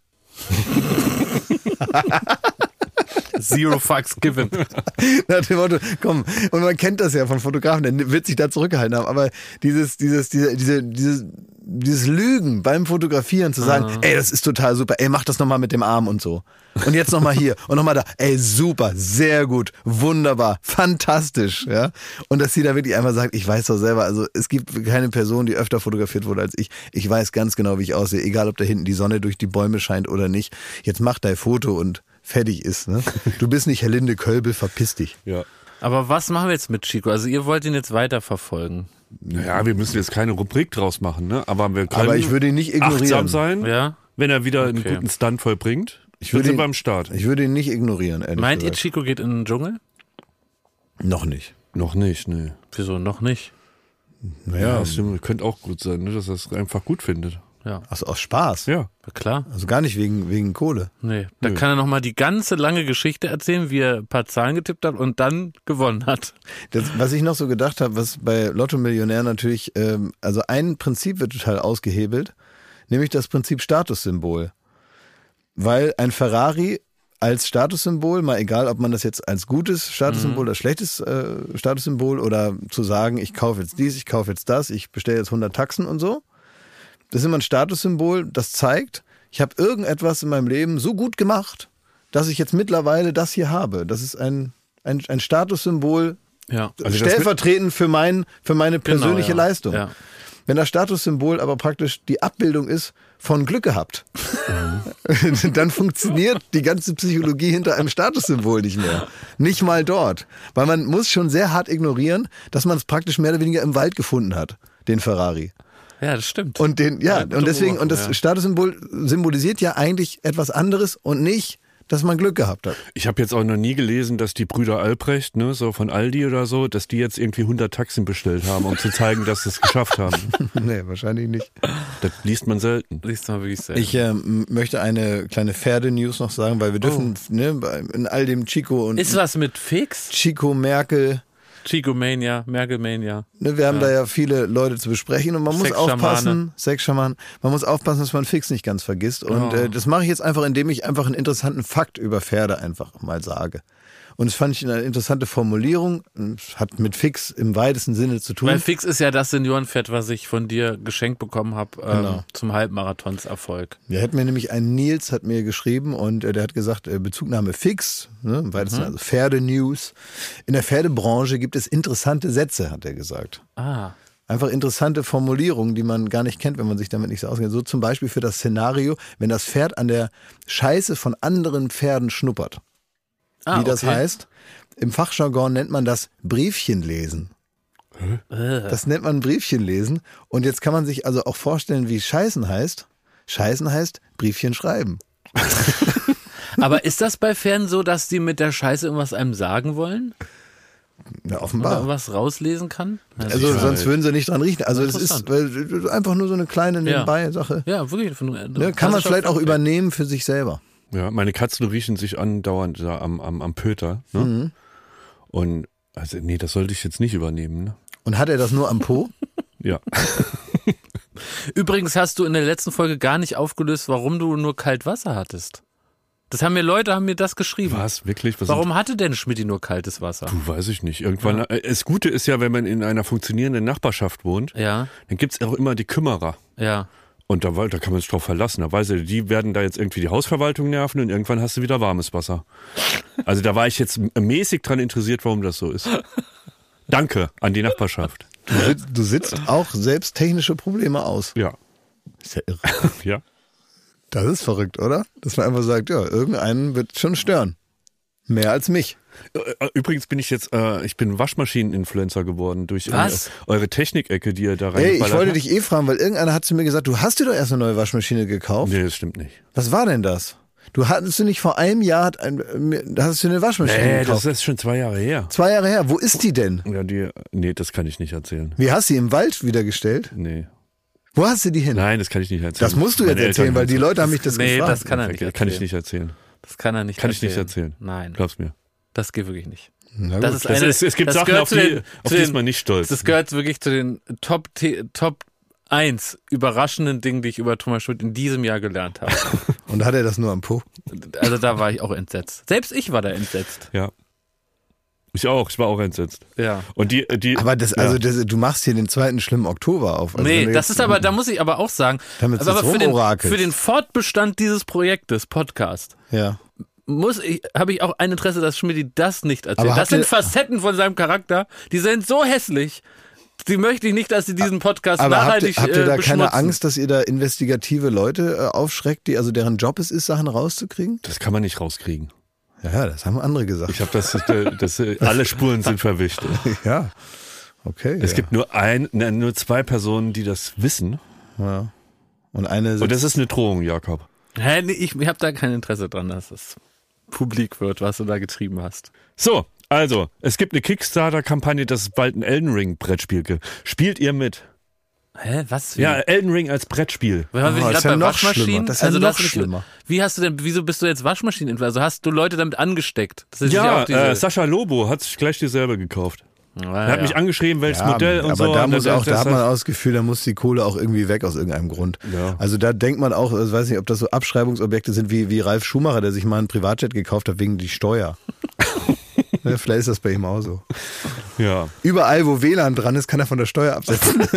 Zero fucks given. Nach dem Motto, komm, und man kennt das ja von Fotografen, der wird sich da zurückgehalten haben, aber dieses Lügen beim Fotografieren zu sagen, ey, das ist total super, ey, mach das nochmal mit dem Arm und so. Und jetzt nochmal hier und nochmal da, ey, super, sehr gut, wunderbar, fantastisch, ja. Und dass sie da wirklich einfach sagt, ich weiß doch selber, also es gibt keine Person, die öfter fotografiert wurde als ich. Ich weiß ganz genau, wie ich aussehe, egal ob da hinten die Sonne durch die Bäume scheint oder nicht. Jetzt mach dein Foto und fertig ist, ne? Du bist nicht Herr Linde Kölbel, verpiss dich. Ja. Aber was machen wir jetzt mit Chico? Also ihr wollt ihn jetzt weiterverfolgen. Naja, wir müssen jetzt keine Rubrik draus machen, ne? Aber wir können ich würde ihn nicht ignorieren. Achtsam sein, ja? Wenn er wieder einen guten Stunt vollbringt. Ich würde ihn beim Start. Ich würde ihn nicht ignorieren, ehrlich Meint gesagt. ihr, Chico geht in den Dschungel? Noch nicht. Noch nicht, ne. Wieso noch nicht? Naja, das könnte auch gut sein, ne? Dass er es einfach gut findet. Ja. Also aus Spaß? Ja. Klar. Also gar nicht wegen Kohle? Nee. Da kann er nochmal die ganze lange Geschichte erzählen, wie er ein paar Zahlen getippt hat und dann gewonnen hat. Das, was ich noch so gedacht habe, was bei Lotto Millionär natürlich, also ein Prinzip wird total ausgehebelt, nämlich das Prinzip Statussymbol. Weil ein Ferrari als Statussymbol, mal egal, ob man das jetzt als gutes Statussymbol oder schlechtes Statussymbol oder zu sagen, ich kaufe jetzt dies, ich kaufe jetzt das, ich bestelle jetzt 100 Taxen und so. Das ist immer ein Statussymbol, das zeigt, ich habe irgendetwas in meinem Leben so gut gemacht, dass ich jetzt mittlerweile das hier habe. Das ist ein Statussymbol, also stellvertretend für meine persönliche Leistung. Ja. Wenn das Statussymbol aber praktisch die Abbildung ist von Glück gehabt, dann funktioniert die ganze Psychologie hinter einem Statussymbol nicht mehr. Nicht mal dort. Weil man muss schon sehr hart ignorieren, dass man es praktisch mehr oder weniger im Wald gefunden hat, den Ferrari. Ja, das stimmt. Und und das Statussymbol symbolisiert ja eigentlich etwas anderes und nicht dass man Glück gehabt hat. Ich habe jetzt auch noch nie gelesen, dass die Brüder Albrecht, ne, so von Aldi oder so, dass die jetzt irgendwie 100 Taxen bestellt haben, um zu zeigen, dass sie es geschafft haben. Nee, wahrscheinlich nicht. Das liest man selten. Liest man wirklich selten. Ich möchte eine kleine Pferde-News noch sagen, weil wir dürfen in all dem Chico und ist was mit Fix? Chico Merkel. Chico-Mania, Merkel-Mania. Ne, wir haben da ja viele Leute zu besprechen und man muss aufpassen, Sexschamanen, man muss aufpassen, dass man Fix nicht ganz vergisst. Und das mache ich jetzt einfach, indem ich einfach einen interessanten Fakt über Pferde einfach mal sage. Und das fand ich eine interessante Formulierung, hat mit Fix im weitesten Sinne zu tun. Weil Fix ist ja das Seniorenpferd, was ich von dir geschenkt bekommen habe zum Halbmarathonserfolg. Ja, hat mir nämlich Nils hat mir geschrieben und der hat gesagt, Bezugnahme Fix, ne, im weitesten also Pferde-News. In der Pferdebranche gibt es interessante Sätze, hat er gesagt. Einfach interessante Formulierungen, die man gar nicht kennt, wenn man sich damit nicht so auskennt. So zum Beispiel für das Szenario, wenn das Pferd an der Scheiße von anderen Pferden schnuppert. Wie das heißt, im Fachjargon nennt man das Briefchenlesen. Das nennt man Briefchenlesen. Und jetzt kann man sich also auch vorstellen, wie Scheißen heißt. Scheißen heißt Briefchen schreiben. Aber ist das bei Pferden so, dass die mit der Scheiße irgendwas einem sagen wollen? Ja, offenbar. Oder irgendwas rauslesen kann? Also sonst würden sie nicht dran riechen. Also es ist einfach nur so eine kleine Nebenbei-Sache. Ja, wirklich. Kann man vielleicht auch übernehmen für sich selber. Ja, meine Katzen riechen sich andauernd da am Pöter. Ne? Und also nee, das sollte ich jetzt nicht übernehmen. Ne? Und hat er das nur am Po? Ja. Übrigens hast du in der letzten Folge gar nicht aufgelöst, warum du nur kalt Wasser hattest. Das haben mir Leute das geschrieben. Was? Wirklich? Warum hatte denn Schmidti nur kaltes Wasser? Du, weiß ich nicht. Irgendwann. Das Gute ist ja, wenn man in einer funktionierenden Nachbarschaft wohnt, dann gibt's auch immer die Kümmerer. Ja. Und da kann man sich drauf verlassen. Da weiß er, die werden da jetzt irgendwie die Hausverwaltung nerven und irgendwann hast du wieder warmes Wasser. Also da war ich jetzt mäßig dran interessiert, warum das so ist. Danke an die Nachbarschaft. Du sitzt auch selbst technische Probleme aus. Ja. Ist ja irre. Ja. Das ist verrückt, oder? Dass man einfach sagt, ja, irgendeinen wird schon stören. Mehr als mich. Übrigens bin ich jetzt, ich bin Waschmaschinen-Influencer geworden durch eure Technikecke, die ihr da reingeballert habt. Hey, ich wollte dich fragen, weil irgendeiner hat zu mir gesagt, du hast dir doch erst eine neue Waschmaschine gekauft. Nee, das stimmt nicht. Was war denn das? Hattest du nicht vor einem Jahr, hast du eine Waschmaschine gekauft? Das ist schon 2 Jahre her. 2 Jahre her, wo ist die denn? Ja, nee, das kann ich nicht erzählen. Wie, hast du sie im Wald wieder gestellt? Nee. Wo hast du die hin? Nein, das kann ich nicht erzählen. Das musst du jetzt erzählen, weil die Leute haben mich das gefragt. Nee, das kann er nicht erzählen. Kann ich nicht erzählen. Das kann er nicht Kann ich nicht erzählen. Nein. Glaub's mir. Das geht wirklich nicht. Na gut. Es gibt Sachen, auf die ist man nicht stolz. Das gehört wirklich zu den Top 1 überraschenden Dingen, die ich über Thomas Schmidt in diesem Jahr gelernt habe. Und hat er das nur am Po? Also da war ich auch entsetzt. Selbst ich war da entsetzt. Ja. Ich war auch entsetzt. Ja. Und aber du machst hier den 2. schlimmen Oktober auf. Also nee, das ist aber, da muss ich aber auch sagen, aber für den Fortbestand dieses Projektes, Podcast, habe ich auch ein Interesse, dass Schmidti das nicht erzählt. Das sind Facetten von seinem Charakter, die sind so hässlich. Die möchte ich nicht, dass sie diesen Podcast nachhaltig habt ihr da beschmutzen. keine Angst, dass ihr da investigative Leute aufschreckt, deren Job es ist, Sachen rauszukriegen? Das kann man nicht rauskriegen. Ja, das haben andere gesagt. Ich habe alle Spuren sind verwischt. Ja, okay. Es gibt nur 2 Personen, die das wissen. Ja. Und das ist eine Drohung, Jakob. Hä, nee, ich habe da kein Interesse dran, dass es publik wird, was du da getrieben hast. So, also, es gibt eine Kickstarter-Kampagne, das ist bald ein Elden Ring-Brettspiel. Spielt ihr mit? Hä, was? Ja, Elden Ring als Brettspiel. Das ist ja noch schlimmer. Das ist ja noch schlimmer. Wieso bist du jetzt Waschmaschinen-Influencer? Also hast du Leute damit angesteckt? Das ist Sascha Lobo hat sich gleich dieselbe gekauft. Er hat mich angeschrieben, welches Modell und aber so. Da hat man auch das Gefühl, da muss die Kohle auch irgendwie weg aus irgendeinem Grund. Ja. Also da denkt man auch, ich weiß nicht, ob das so Abschreibungsobjekte sind wie Ralf Schumacher, der sich mal einen Privatjet gekauft hat wegen die Steuer. Ja, vielleicht ist das bei ihm auch so. Ja. Überall, wo WLAN dran ist, kann er von der Steuer absetzen.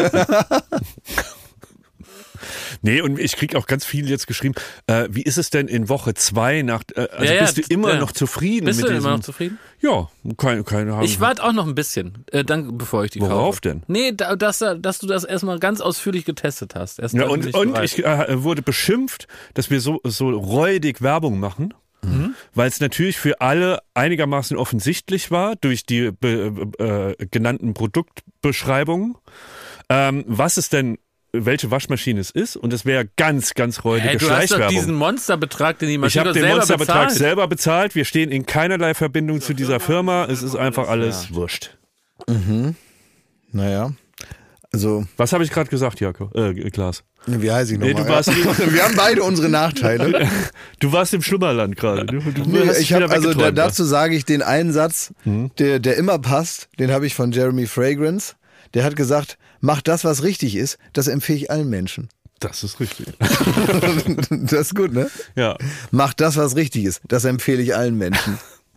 Nee, und ich krieg auch ganz viel jetzt geschrieben, wie ist es denn in Woche 2 bist du immer noch zufrieden bist mit du diesem? immer noch zufrieden? Ja, keine Ahnung. Ich warte auch noch ein bisschen, bevor ich die kaufe. Worauf denn? Nee, dass du das erstmal ganz ausführlich getestet hast. Ich wurde beschimpft, dass wir so räudig Werbung machen. Weil es natürlich für alle einigermaßen offensichtlich war durch die genannten Produktbeschreibungen, was es denn welche Waschmaschine es ist und es wäre ganz, ganz räudige Schleichwerbung. Du hast doch diesen Monsterbetrag, den die Maschine selber bezahlt. Ich habe den Monsterbetrag selber bezahlt. Wir stehen in keinerlei Verbindung zu dieser Firma. Es ist einfach alles wurscht. Mhm. Naja. Also. Was habe ich gerade gesagt, Klaas? Wie heiße ich nochmal? Wir haben beide unsere Nachteile. Du warst im Schlummerland gerade. Dazu sage ich den einen Satz, der immer passt, den habe ich von Jeremy Fragrance. Der hat gesagt, mach das, was richtig ist, das empfehle ich allen Menschen. Das ist richtig. Das ist gut, ne? Ja. Mach das, was richtig ist, das empfehle ich allen Menschen.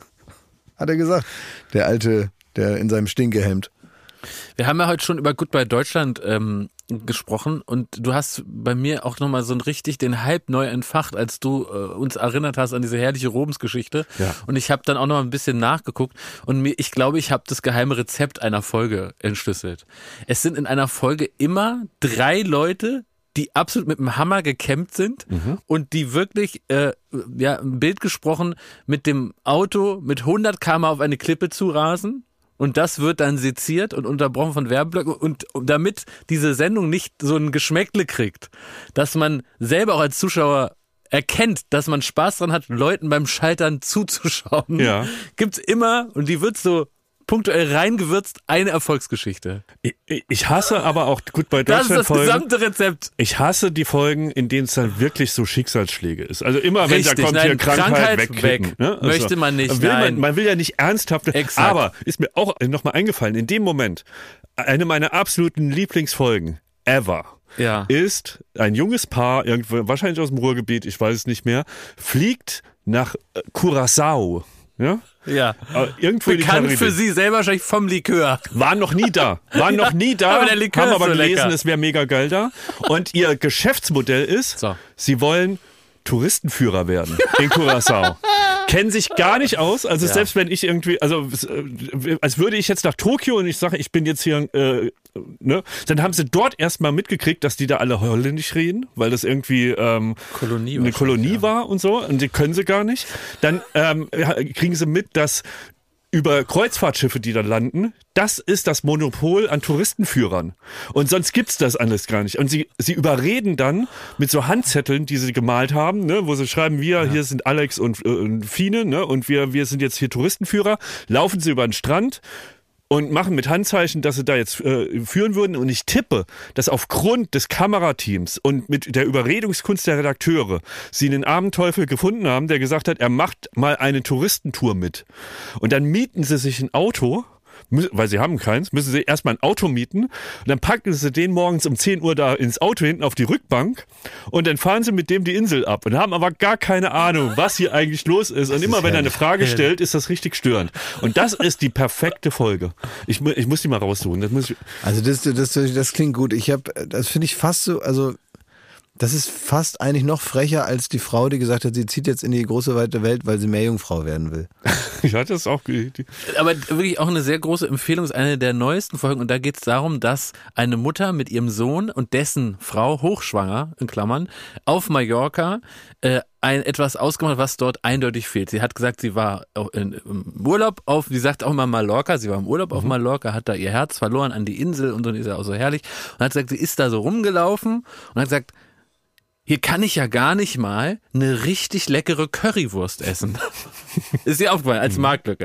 Hat er gesagt. Der Alte, der in seinem Stinkehemd. Wir haben ja heute schon über Goodbye Deutschland gesprochen und du hast bei mir auch nochmal so richtig den Hype neu entfacht, als du uns erinnert hast an diese herrliche Robens-Geschichte. Ja. Und ich habe dann auch noch mal ein bisschen nachgeguckt und ich glaube, ich habe das geheime Rezept einer Folge entschlüsselt. Es sind in einer Folge immer 3 Leute, die absolut mit dem Hammer gekämmt sind und die wirklich, ein Bild gesprochen, mit dem Auto mit 100 km auf eine Klippe zurasen. Und das wird dann seziert und unterbrochen von Werbeblöcken. Und damit diese Sendung nicht so ein Geschmäckle kriegt, dass man selber auch als Zuschauer erkennt, dass man Spaß dran hat, Leuten beim Scheitern zuzuschauen, gibt's immer, und die wird so punktuell reingewürzt, eine Erfolgsgeschichte. Ich hasse aber auch Goodbye Deutschland Das ist das Folgen. Gesamte Rezept. Ich hasse die Folgen, in denen es dann wirklich so Schicksalsschläge ist. Also immer, wenn da kommt hier Krankheit wegklicken. Ne? Also, möchte man nicht. Man will ja nicht ernsthaft. Exakt. Aber ist mir auch nochmal eingefallen, in dem Moment, eine meiner absoluten Lieblingsfolgen ever. Ja. Ist ein junges Paar, irgendwo, wahrscheinlich aus dem Ruhrgebiet, ich weiß es nicht mehr, fliegt nach Curaçao. Ja. Irgendwo bekannt für sie selber wahrscheinlich vom Likör. Waren noch nie da. Aber der Likör haben ist aber so gelesen, lecker. es wäre mega geil da. Und ihr Geschäftsmodell ist, sie wollen Touristenführer werden in Curaçao. Kennen sich gar nicht aus, also selbst wenn ich irgendwie, also als würde ich jetzt nach Tokio und ich sage, ich bin jetzt hier, dann haben sie dort erstmal mitgekriegt, dass die da alle Holländisch reden, weil das irgendwie eine Kolonie war und so, und die können sie gar nicht. Dann kriegen sie mit, dass über Kreuzfahrtschiffe, die da landen, das ist das Monopol an Touristenführern. Und sonst gibt's das alles gar nicht. Und sie überreden dann mit so Handzetteln, die sie gemalt haben, ne, wo sie schreiben, hier sind Alex und Fine, ne, und wir sind jetzt hier Touristenführer, laufen sie über den Strand und machen mit Handzeichen, dass sie da jetzt führen würden. Und ich tippe, dass aufgrund des Kamerateams und mit der Überredungskunst der Redakteure sie einen armen Teufel gefunden haben, der gesagt hat, er macht mal eine Touristentour mit. Und dann mieten sie sich ein Auto, weil sie haben keins, müssen sie erstmal ein Auto mieten. Und dann packen sie den morgens um 10 Uhr da ins Auto hinten auf die Rückbank und dann fahren sie mit dem die Insel ab und haben aber gar keine Ahnung, was hier eigentlich los ist. Und immer wenn er eine Frage stellt, ist das richtig störend. Und das ist die perfekte Folge. Ich muss die mal raussuchen. Also das klingt gut. Das finde ich fast so, also das ist fast eigentlich noch frecher als die Frau, die gesagt hat, sie zieht jetzt in die große weite Welt, weil sie Meerjungfrau werden will. Ja, das ist auch. Aber wirklich auch eine sehr große Empfehlung, ist eine der neuesten Folgen. Und da geht es darum, dass eine Mutter mit ihrem Sohn und dessen Frau, hochschwanger, in Klammern, auf Mallorca etwas ausgemacht hat, was dort eindeutig fehlt. Sie hat gesagt, sie war im Urlaub sie sagt auch immer Mallorca, sie war im Urlaub auf Mallorca, hat da ihr Herz verloren an die Insel und so, ist ja auch so herrlich. Und hat gesagt, sie ist da so rumgelaufen und hat gesagt, hier kann ich ja gar nicht mal eine richtig leckere Currywurst essen. Ist ihr aufgefallen, als Marktlücke.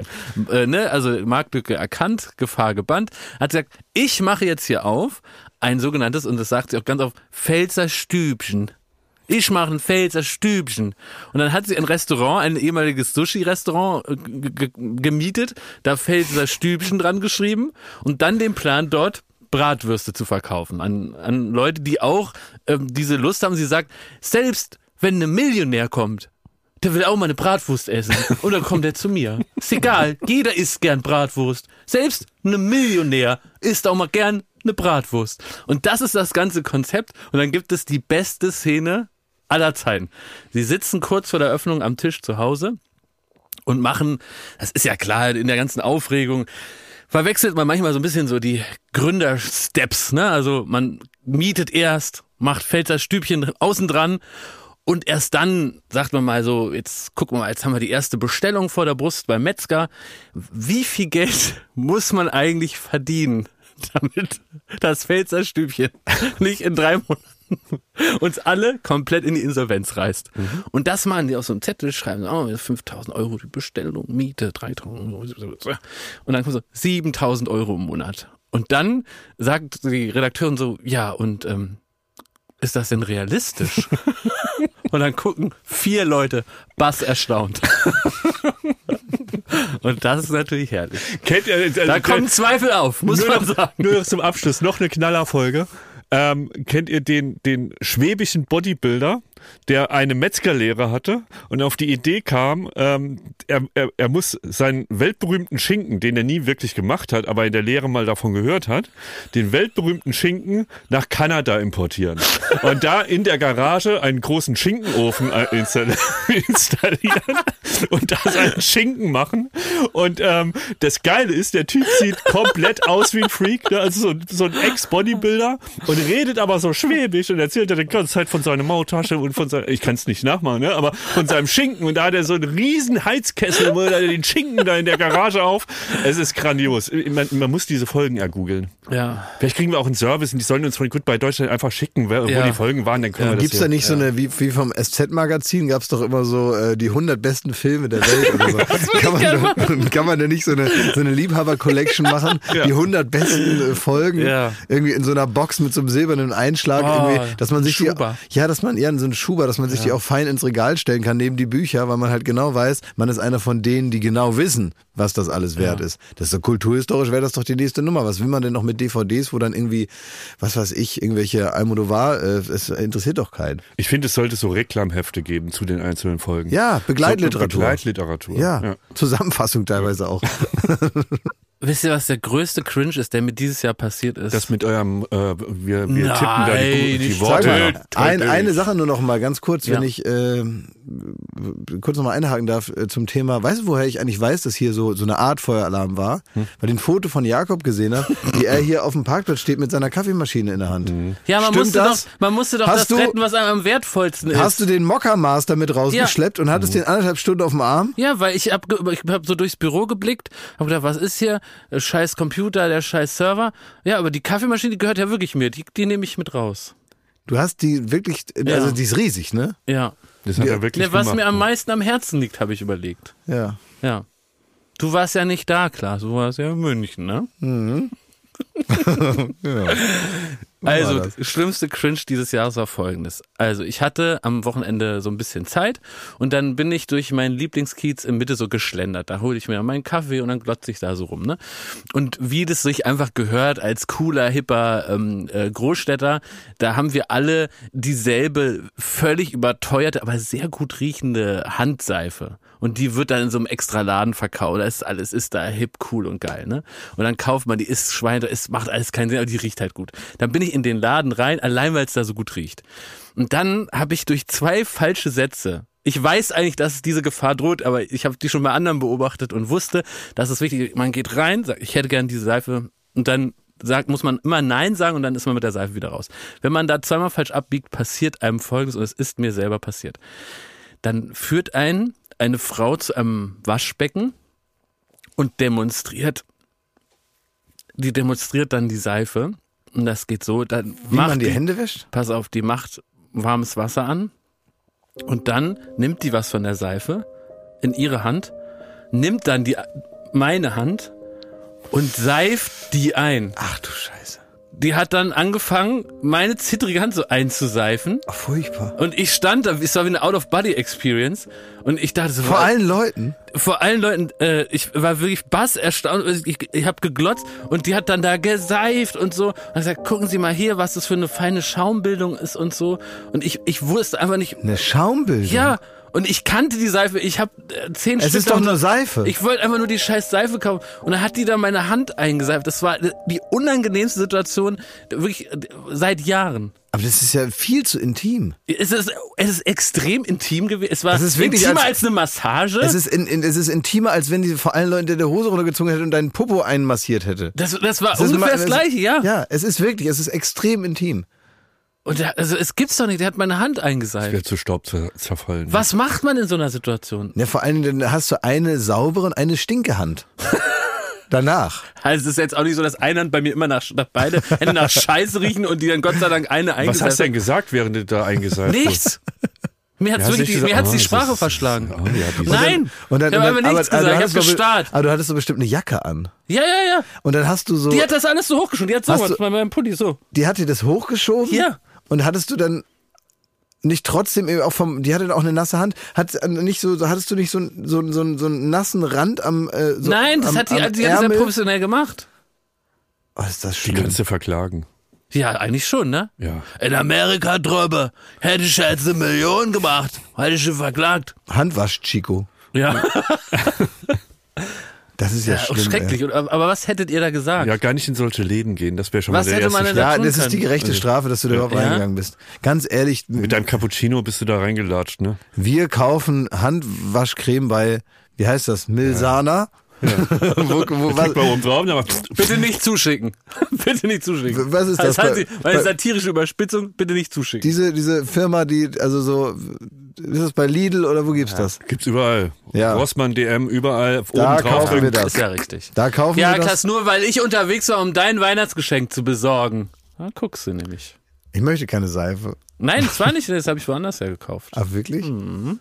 Also Marktlücke erkannt, Gefahr gebannt. Hat gesagt, ich mache jetzt hier auf ein sogenanntes, und das sagt sie auch ganz oft, Pfälzer Stübchen. Ich mache ein Pfälzer Stübchen. Und dann hat sie ein ehemaliges Sushi-Restaurant gemietet, da Pfälzer Stübchen dran geschrieben und dann den Plan, dort Bratwürste zu verkaufen an Leute, die auch diese Lust haben. Sie sagt, selbst wenn ein Millionär kommt, der will auch mal eine Bratwurst essen und dann kommt er zu mir. Ist egal, jeder isst gern Bratwurst. Selbst ein Millionär isst auch mal gern eine Bratwurst. Und das ist das ganze Konzept. Und dann gibt es die beste Szene aller Zeiten. Sie sitzen kurz vor der Öffnung am Tisch zu Hause und machen, das ist ja klar, in der ganzen Aufregung, verwechselt man manchmal so ein bisschen so die Gründersteps, ne? Also man mietet erst, macht Pfälzer Stübchen außen dran und erst dann sagt man mal so, jetzt gucken wir mal, jetzt haben wir die erste Bestellung vor der Brust beim Metzger. Wie viel Geld muss man eigentlich verdienen, damit das Pfälzer Stübchen nicht in 3 Monaten uns alle komplett in die Insolvenz reißt. Und das machen die auf so einem Zettel, schreiben, 5.000 Euro die Bestellung, Miete, 3.000 Euro. Und dann kommt so 7.000 Euro im Monat. Und dann sagt die Redakteurin so, ja, und ist das denn realistisch? Und dann gucken 4 Leute bass erstaunt. Und das ist natürlich herrlich. Kennt ihr, da kommen Zweifel auf, muss man sagen. Nur noch zum Abschluss, noch eine Knallerfolge. Kennt ihr den schwäbischen Bodybuilder, der eine Metzgerlehre hatte und auf die Idee kam, er muss seinen weltberühmten Schinken, den er nie wirklich gemacht hat, aber in der Lehre mal davon gehört hat, den weltberühmten Schinken nach Kanada importieren. Und da in der Garage einen großen Schinkenofen installieren und da seinen Schinken machen. Und das Geile ist, der Typ sieht komplett aus wie ein Freak, ne? Also so ein Ex-Bodybuilder und redet aber so schwäbisch und erzählt er die ganze Zeit von seiner Maultasche und von seinem, ich kann es nicht nachmachen, ne? Aber von seinem Schinken. Und da hat er so einen riesen Heizkessel, wo er den Schinken da in der Garage auf. Es ist grandios. Man muss diese Folgen ja googeln. Ja. Vielleicht kriegen wir auch einen Service und die sollen uns von Goodbye Deutschland einfach schicken, wo die Folgen waren, dann können wir das gibt's da nicht so eine, wie vom SZ-Magazin, gab's doch immer so die 100 besten Filme der Welt oder so. Kann man da nicht so eine Liebhaber-Collection machen? Die 100 besten Folgen irgendwie in so einer Box mit so einem silbernen Einschlag, irgendwie, dass man sich dass man so einen Schuber, dass man sich die auch fein ins Regal stellen kann, neben die Bücher, weil man halt genau weiß, man ist einer von denen, die genau wissen, was das alles wert ist. Das ist so kulturhistorisch, wäre das doch die nächste Nummer. Was will man denn noch mit DVDs, wo dann irgendwie, was weiß ich, irgendwelche Almodovar, es interessiert doch keinen. Ich finde, es sollte so Reklamhefte geben zu den einzelnen Folgen. Ja, Begleitliteratur. Begleitliteratur. Ja, Zusammenfassung teilweise auch. Wisst ihr, was der größte Cringe ist, der mir dieses Jahr passiert ist? Das mit eurem, wir tippen da die Worte. Eine Sache nur noch mal ganz kurz, wenn ich kurz noch mal einhaken darf zum Thema, weißt du, woher ich eigentlich weiß, dass hier so eine Art Feueralarm war? Weil ich ein Foto von Jakob gesehen habe, wie er hier auf dem Parkplatz steht mit seiner Kaffeemaschine in der Hand. Ja, man musste doch das retten, was einem am wertvollsten ist. Hast du den Mokka-Master mit rausgeschleppt und hattest den 1,5 Stunden auf dem Arm? Ja, weil ich hab so durchs Büro geblickt, hab gedacht, was ist hier? Der scheiß Computer, der scheiß Server. Ja, aber die Kaffeemaschine, die gehört ja wirklich mir. Die nehme ich mit raus. Du hast die wirklich, also die ist riesig, ne? Ja. Das hat er wirklich was gemacht. mir am meisten am Herzen liegt, habe ich überlegt. Ja. Ja. Du warst ja nicht da, Klaas. Du warst ja in München, ne? Mhm. Ja. Also, schlimmste Cringe dieses Jahres war folgendes. Also, ich hatte am Wochenende so ein bisschen Zeit und dann bin ich durch meinen Lieblingskiez in Mitte so geschlendert. Da hole ich mir meinen Kaffee und dann glotze ich da so rum, ne? Und wie das sich einfach gehört als cooler, hipper Großstädter, da haben wir alle dieselbe völlig überteuerte, aber sehr gut riechende Handseife. Und die wird dann in so einem extra Laden verkauft. Alles ist da hip, cool und geil, ne? Und dann kauft man die, ist Schwein, macht alles keinen Sinn, aber die riecht halt gut. Dann bin ich in den Laden rein, allein weil es da so gut riecht. Und dann habe ich durch 2 falsche Sätze, ich weiß eigentlich, dass es diese Gefahr droht, aber ich habe die schon bei anderen beobachtet und wusste, dass es wichtig ist. Man geht rein, sagt, ich hätte gern diese Seife und dann muss man immer Nein sagen und dann ist man mit der Seife wieder raus. Wenn man da 2-mal falsch abbiegt, passiert einem Folgendes und es ist mir selber passiert. Dann führt eine Frau zu einem Waschbecken und demonstriert dann die Seife. Und das geht so. Dann wie man die Hände wäscht? Pass auf, die macht warmes Wasser an und dann nimmt die was von der Seife in ihre Hand, nimmt dann meine Hand und seift die ein. Ach du Scheiße. Die hat dann angefangen, meine zittrige Hand so einzuseifen. Ach, furchtbar. Und ich stand da, es war wie eine Out-of-Body-Experience. Und ich dachte so... Vor allen Leuten? Vor allen Leuten, ich war wirklich erstaunt. Ich habe geglotzt und die hat dann da geseift und so. Und gesagt, gucken Sie mal hier, was das für eine feine Schaumbildung ist und so. Und ich wusste einfach nicht... Eine Schaumbildung? Ja. Und ich kannte die Seife, ich habe 10 Stück. Es ist doch nur Seife. Ich wollte einfach nur die scheiß Seife kaufen. Und dann hat die da meine Hand eingeseift. Das war die unangenehmste Situation wirklich seit Jahren. Aber das ist ja viel zu intim. Es ist extrem intim gewesen. Es war intimer als eine Massage. Es ist intimer, als wenn die vor allen Leuten der Hose runtergezogen hätte und deinen Popo einmassiert hätte. Das war ungefähr das Gleiche, ja. Ja, es ist extrem intim. Und es gibt's doch nicht, der hat meine Hand eingeseift. Ich werde zu Staub zerfallen. Was macht man in so einer Situation? Ja, vor allem dann hast du eine saubere und eine stinke Hand. Danach. Also es ist jetzt auch nicht so, dass eine Hand bei mir immer nach beide Hände nach Scheiße riechen und die dann Gott sei Dank eine eingeseift. Was hast du denn gesagt, während du da eingeseift hast? Nichts. Mir hat's die Sprache verschlagen. Nein! Ich habe einfach nichts gesagt, ich habe gestarrt. Aber du hattest so bestimmt eine Jacke an. Ja. Und dann hast du so... Die hat das alles so hochgeschoben, die hat sowas bei meinem Pulli, so. Die hat dir das hochgeschoben? Ja. Und hattest du dann nicht trotzdem eben auch die hatte auch eine nasse Hand, hattest du nicht so einen nassen Rand am Nein, das hat die sehr professionell gemacht. Oh, ist das Die schlimm. kannst du verklagen. Ja, eigentlich schon, ne? Ja. In Amerika drüber hätte ich jetzt 1 Million gemacht, hätte ich schon verklagt. Handwasch, Chico. Ja. Das ist ja schlimm. Schrecklich. Aber was hättet ihr da gesagt? Ja, gar nicht in solche Läden gehen, das wäre schon mal der erste Schritt. Ja, das ist die gerechte Strafe, dass du da überhaupt reingegangen bist. Ganz ehrlich. Mit deinem Cappuccino bist du da reingelatscht, ne? Wir kaufen Handwaschcreme bei, wie heißt das, Milsana. Ja. Klick mal oben drauf, aber bitte nicht zuschicken. Bitte nicht zuschicken. Was ist das? Meine satirische Überspitzung, bitte nicht zuschicken. Diese Firma, die, also so, ist das bei Lidl oder wo gibt's das? Gibt's überall. Ja. Rossmann, DM, überall. Da oben drauf kaufen wir das. Ist ja richtig. Da kaufen wir das. Ja, Klaas, nur weil ich unterwegs war, um dein Weihnachtsgeschenk zu besorgen. Da guckst du nämlich. Ich möchte keine Seife. Nein, das war nicht, das habe ich woanders her gekauft. Ach, wirklich? Mhm.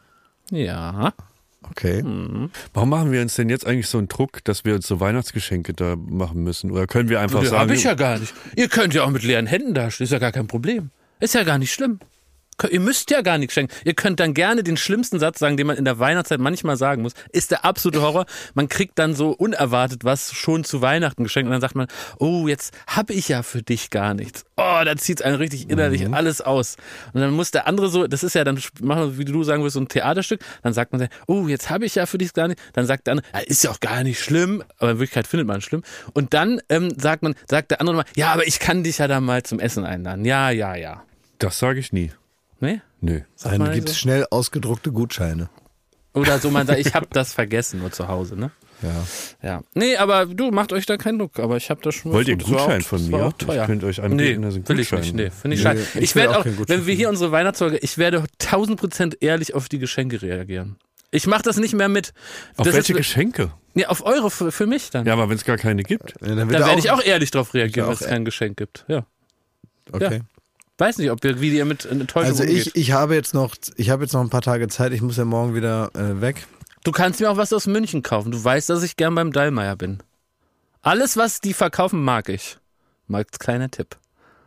Ja. Okay. Warum machen wir uns denn jetzt eigentlich so einen Druck, dass wir uns so Weihnachtsgeschenke da machen müssen? Oder können wir einfach sagen... Hab ich ja gar nicht. Ihr könnt ja auch mit leeren Händen dastehen, ist ja gar kein Problem. Ist ja gar nicht schlimm. Ihr müsst ja gar nichts schenken. Ihr könnt dann gerne den schlimmsten Satz sagen, den man in der Weihnachtszeit manchmal sagen muss. Ist der absolute Horror. Man kriegt dann so unerwartet was schon zu Weihnachten geschenkt und dann sagt man, oh, jetzt hab ich ja für dich gar nichts. Oh, da zieht's einen richtig innerlich alles aus. Und dann muss der andere so, das ist ja dann, machen wir, wie du sagen willst, so ein Theaterstück, dann sagt man, oh, jetzt habe ich ja für dich gar nicht. Dann sagt der andere, ja, ist ja auch gar nicht schlimm, aber in Wirklichkeit findet man es schlimm. Und dann sagt der andere mal, ja, aber ich kann dich ja da mal zum Essen einladen. Ja. Das sage ich nie. Nee? Nö. Dann gibt's schnell ausgedruckte Gutscheine. Oder so, man sagt, ich habe das vergessen, nur zu Hause, ne? Ja. Nee, aber du, macht euch da keinen Druck, aber ich habe das schon mal. Wollt ihr einen Gutschein von mir? Ich könnte euch anbieten, dass ich will ich nicht, finde ich schade. Ich werde auch, wenn wir hier unsere Weihnachtsfolge, ich werde 1000% ehrlich auf die Geschenke reagieren. Ich mache das nicht mehr mit. Auf welche Geschenke? Ja, auf eure, für mich dann. Ja, aber wenn es gar keine gibt. Dann werde ich auch ehrlich drauf reagieren, wenn es kein Geschenk gibt. Ja. Okay. Ja. Weiß nicht, wie ihr mit Enttäuschung umgeht. Also ich habe jetzt noch ein paar Tage Zeit, ich muss ja morgen wieder weg. Du kannst mir auch was aus München kaufen. Du weißt, dass ich gern beim Dallmayr bin. Alles, was die verkaufen, mag ich. Mal als kleiner Tipp.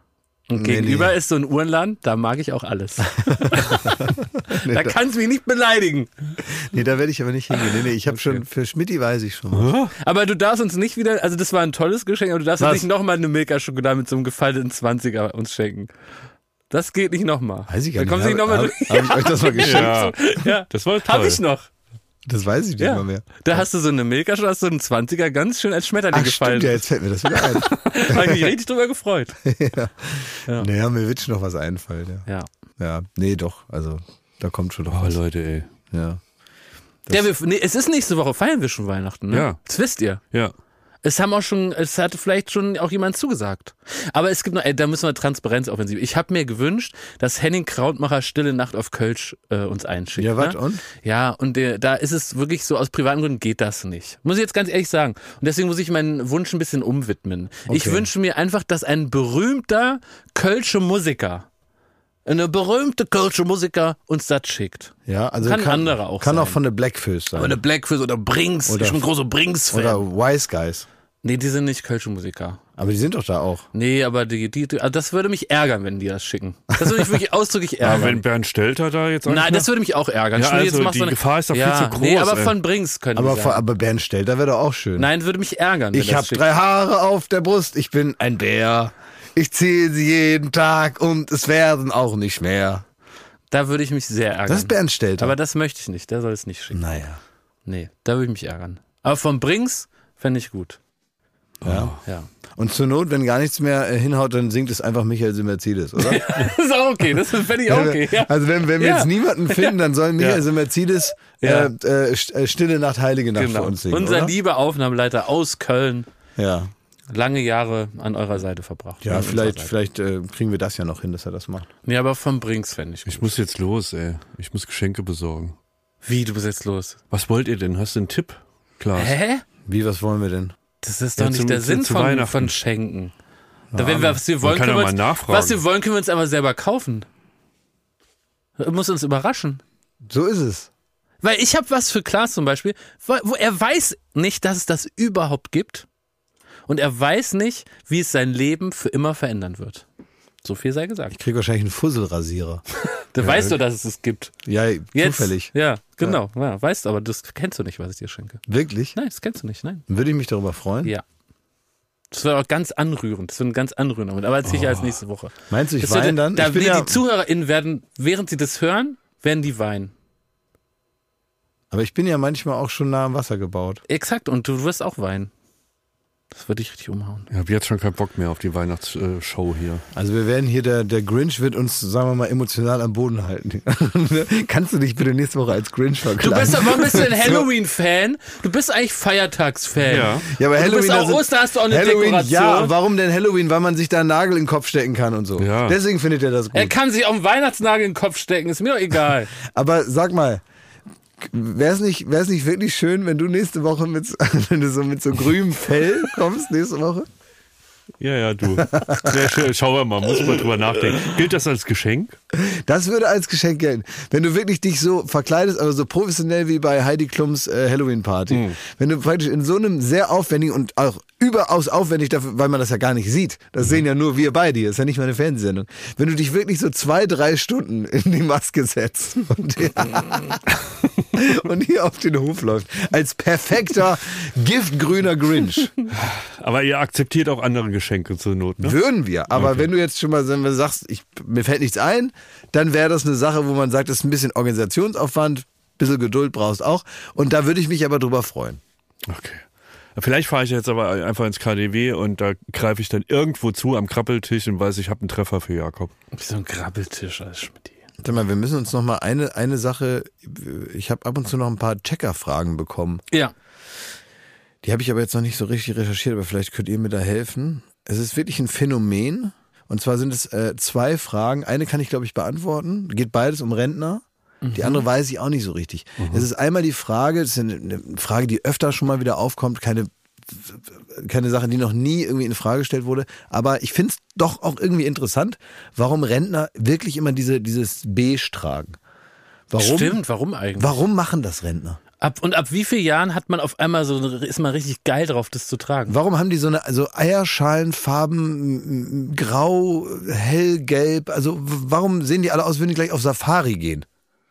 Und gegenüber ist so ein Uhrenladen, da mag ich auch alles. Da kannst du mich nicht beleidigen. Nee, da werde ich aber nicht hingehen. Nee, ich habe schon, für Schmidti weiß ich schon was. Aber du darfst uns nicht wieder, also das war ein tolles Geschenk, aber du darfst uns nicht nochmal eine Milka-Schokolade mit so einem gefalteten 20er uns schenken. Das geht nicht nochmal. Weiß ich gar nicht. Habe ich euch das mal geschenkt? Ja, das war toll. Hab ich noch. Das weiß ich nicht mal mehr. Da hast du so eine Milka-Schokolade, hast du einen 20er ganz schön als Schmetterling gefallen. Stimmt, ja, jetzt fällt mir das wieder ein. Habe ich mich richtig drüber gefreut. Ja. Naja, mir wird schon noch was einfallen. Ja, nee, doch. Also, da kommt schon noch was. Oh, Leute, ey. Ja. Es ist nächste Woche, feiern wir schon Weihnachten, ne? Ja. Das wisst ihr. Ja. Es hatte vielleicht schon auch jemand zugesagt. Aber es gibt noch, da müssen wir Transparenz offensiv. Ich habe mir gewünscht, dass Henning Krautmacher Stille Nacht auf Kölsch uns einschickt. Ja, was ne? und? Ja, und da ist es wirklich so, aus privaten Gründen geht das nicht. Muss ich jetzt ganz ehrlich sagen. Und deswegen muss ich meinen Wunsch ein bisschen umwidmen. Okay. Ich wünsche mir einfach, dass ein berühmter Kölsche Musiker, eine berühmte Kölsche Musiker uns das schickt. Ja, also kann andere auch kann sein. Auch von der Blackfish sein. Aber eine Blackfish oder Brinks. Ich bin ein großer Brinks-Fan. Oder Wise Guys. Nee, die sind nicht Kölsche Musiker. Aber die sind doch da auch. Nee, aber das würde mich ärgern, wenn die das schicken. Das würde mich wirklich ausdrücklich ärgern. Aber wenn Bernd Stelter da jetzt Nein, das würde mich auch ärgern. Ja, also die Gefahr ist doch viel zu groß. Nee, aber von Brinks könnte ich sagen. Aber Bernd Stelter wäre doch auch schön. Nein, würde mich ärgern. Ich habe 3 Haare auf der Brust, ich bin ein Bär. Ich ziehe sie jeden Tag und es werden auch nicht mehr. Da würde ich mich sehr ärgern. Das ist Bernd Stelter. Aber das möchte ich nicht, der soll es nicht schicken. Naja. Nee, da würde ich mich ärgern. Aber von Brinks fände ich gut. Ja. Und zur Not, wenn gar nichts mehr hinhaut, dann singt es einfach Michael Mercedes, oder? Das ist auch okay, das fände ich auch okay. Ja. Also wenn wir jetzt niemanden finden, dann soll Michael Mercedes Stille Nacht, Heilige Nacht für uns singen, unser oder? lieber Aufnahmeleiter aus Köln. Ja. Lange Jahre an eurer Seite verbracht. Ja, vielleicht kriegen wir das ja noch hin, dass er das macht. Nee, aber von Brinks fände ich gut. Ich muss jetzt los, ey. Ich muss Geschenke besorgen. Wie, du bist jetzt los? Was wollt ihr denn? Hast du einen Tipp? Klar. Hä? Wie, was wollen wir denn? Das ist doch nicht der Sinn von Schenken. Da, wenn wir, was wir wollen, können wir uns aber selber kaufen. Das muss uns überraschen. So ist es. Weil ich habe was für Klaas zum Beispiel, wo er weiß nicht, dass es das überhaupt gibt. Und er weiß nicht, wie es sein Leben für immer verändern wird. So viel sei gesagt. Ich krieg wahrscheinlich einen Fusselrasierer. Da weißt du, dass es gibt. Ja, zufällig. Ja, genau. Ja, weißt du, aber das kennst du nicht, was ich dir schenke. Wirklich? Nein, das kennst du nicht, nein. Würde ich mich darüber freuen? Ja. Das wird auch ganz anrührend. Das wird ein ganz anrührender Moment. Aber erzähle ich als nächste Woche. Meinst du, ich weine dann? Die ZuhörerInnen werden, während sie das hören, werden die weinen. Aber ich bin ja manchmal auch schon nah am Wasser gebaut. Exakt, und du wirst auch weinen. Das würde dich richtig umhauen. Ich habe jetzt schon keinen Bock mehr auf die Weihnachtsshow hier. Also wir werden hier, der Grinch wird uns, sagen wir mal, emotional am Boden halten. Kannst du dich bitte nächste Woche als Grinch verkleiden? Warum bist du ein Halloween-Fan? Du bist eigentlich Feiertags-Fan. Ja, aber Halloween, du bist auch Ostern, hast du auch eine Halloween, Dekoration. Ja, warum denn Halloween? Weil man sich da einen Nagel in den Kopf stecken kann und so. Ja. Deswegen findet er das gut. Er kann sich auch einen Weihnachtsnagel in den Kopf stecken, ist mir doch egal. Aber sag mal, wäre es nicht wirklich schön, wenn du nächste Woche mit so grünem Fell kommst nächste Woche? Ja, du. Sehr schön. Schauen wir mal, muss man drüber nachdenken. Gilt das als Geschenk? Das würde als Geschenk gelten. Wenn du wirklich dich so verkleidest, aber so professionell wie bei Heidi Klums Halloween-Party. Wenn du praktisch in so einem sehr aufwendigen und auch überaus aufwendig, dafür, weil man das ja gar nicht sieht. Das sehen ja nur wir beide hier. Das ist ja nicht mal eine Fernsehsendung. Wenn du dich wirklich so 2-3 Stunden in die Maske setzt und hier auf den Hof läuft, als perfekter giftgrüner Grinch. Aber ihr akzeptiert auch andere Geschenke zur Not, ne? Würden wir. Aber Okay. wenn du jetzt schon mal sagst, mir fällt nichts ein, dann wäre das eine Sache, wo man sagt, das ist ein bisschen Organisationsaufwand, ein bisschen Geduld brauchst auch. Und da würde ich mich aber drüber freuen. Okay. Vielleicht fahre ich jetzt aber einfach ins KDW und da greife ich dann irgendwo zu am Krabbeltisch und weiß, ich habe einen Treffer für Jakob. Wie so ein Krabbeltisch als Schmidt. Sag mal, wir müssen uns noch mal eine Sache, ich habe ab und zu noch ein paar Checker-Fragen bekommen. Ja. Die habe ich aber jetzt noch nicht so richtig recherchiert, aber vielleicht könnt ihr mir da helfen. Es ist wirklich ein Phänomen. Und zwar sind es 2 Fragen. Eine kann ich, glaube ich, beantworten. Geht beides um Rentner. Die andere weiß ich auch nicht so richtig. Es ist einmal die Frage, das ist eine Frage, die öfter schon mal wieder aufkommt, keine Sache, die noch nie irgendwie in Frage gestellt wurde. Aber ich finde es doch auch irgendwie interessant, warum Rentner wirklich immer dieses Beige tragen. Warum? Stimmt, warum eigentlich? Warum machen das Rentner? Ab wie vielen Jahren hat man auf einmal ist man richtig geil drauf, das zu tragen? Warum haben die so Eierschalenfarben, grau, hellgelb? Also warum sehen die alle aus, würden die gleich auf Safari gehen?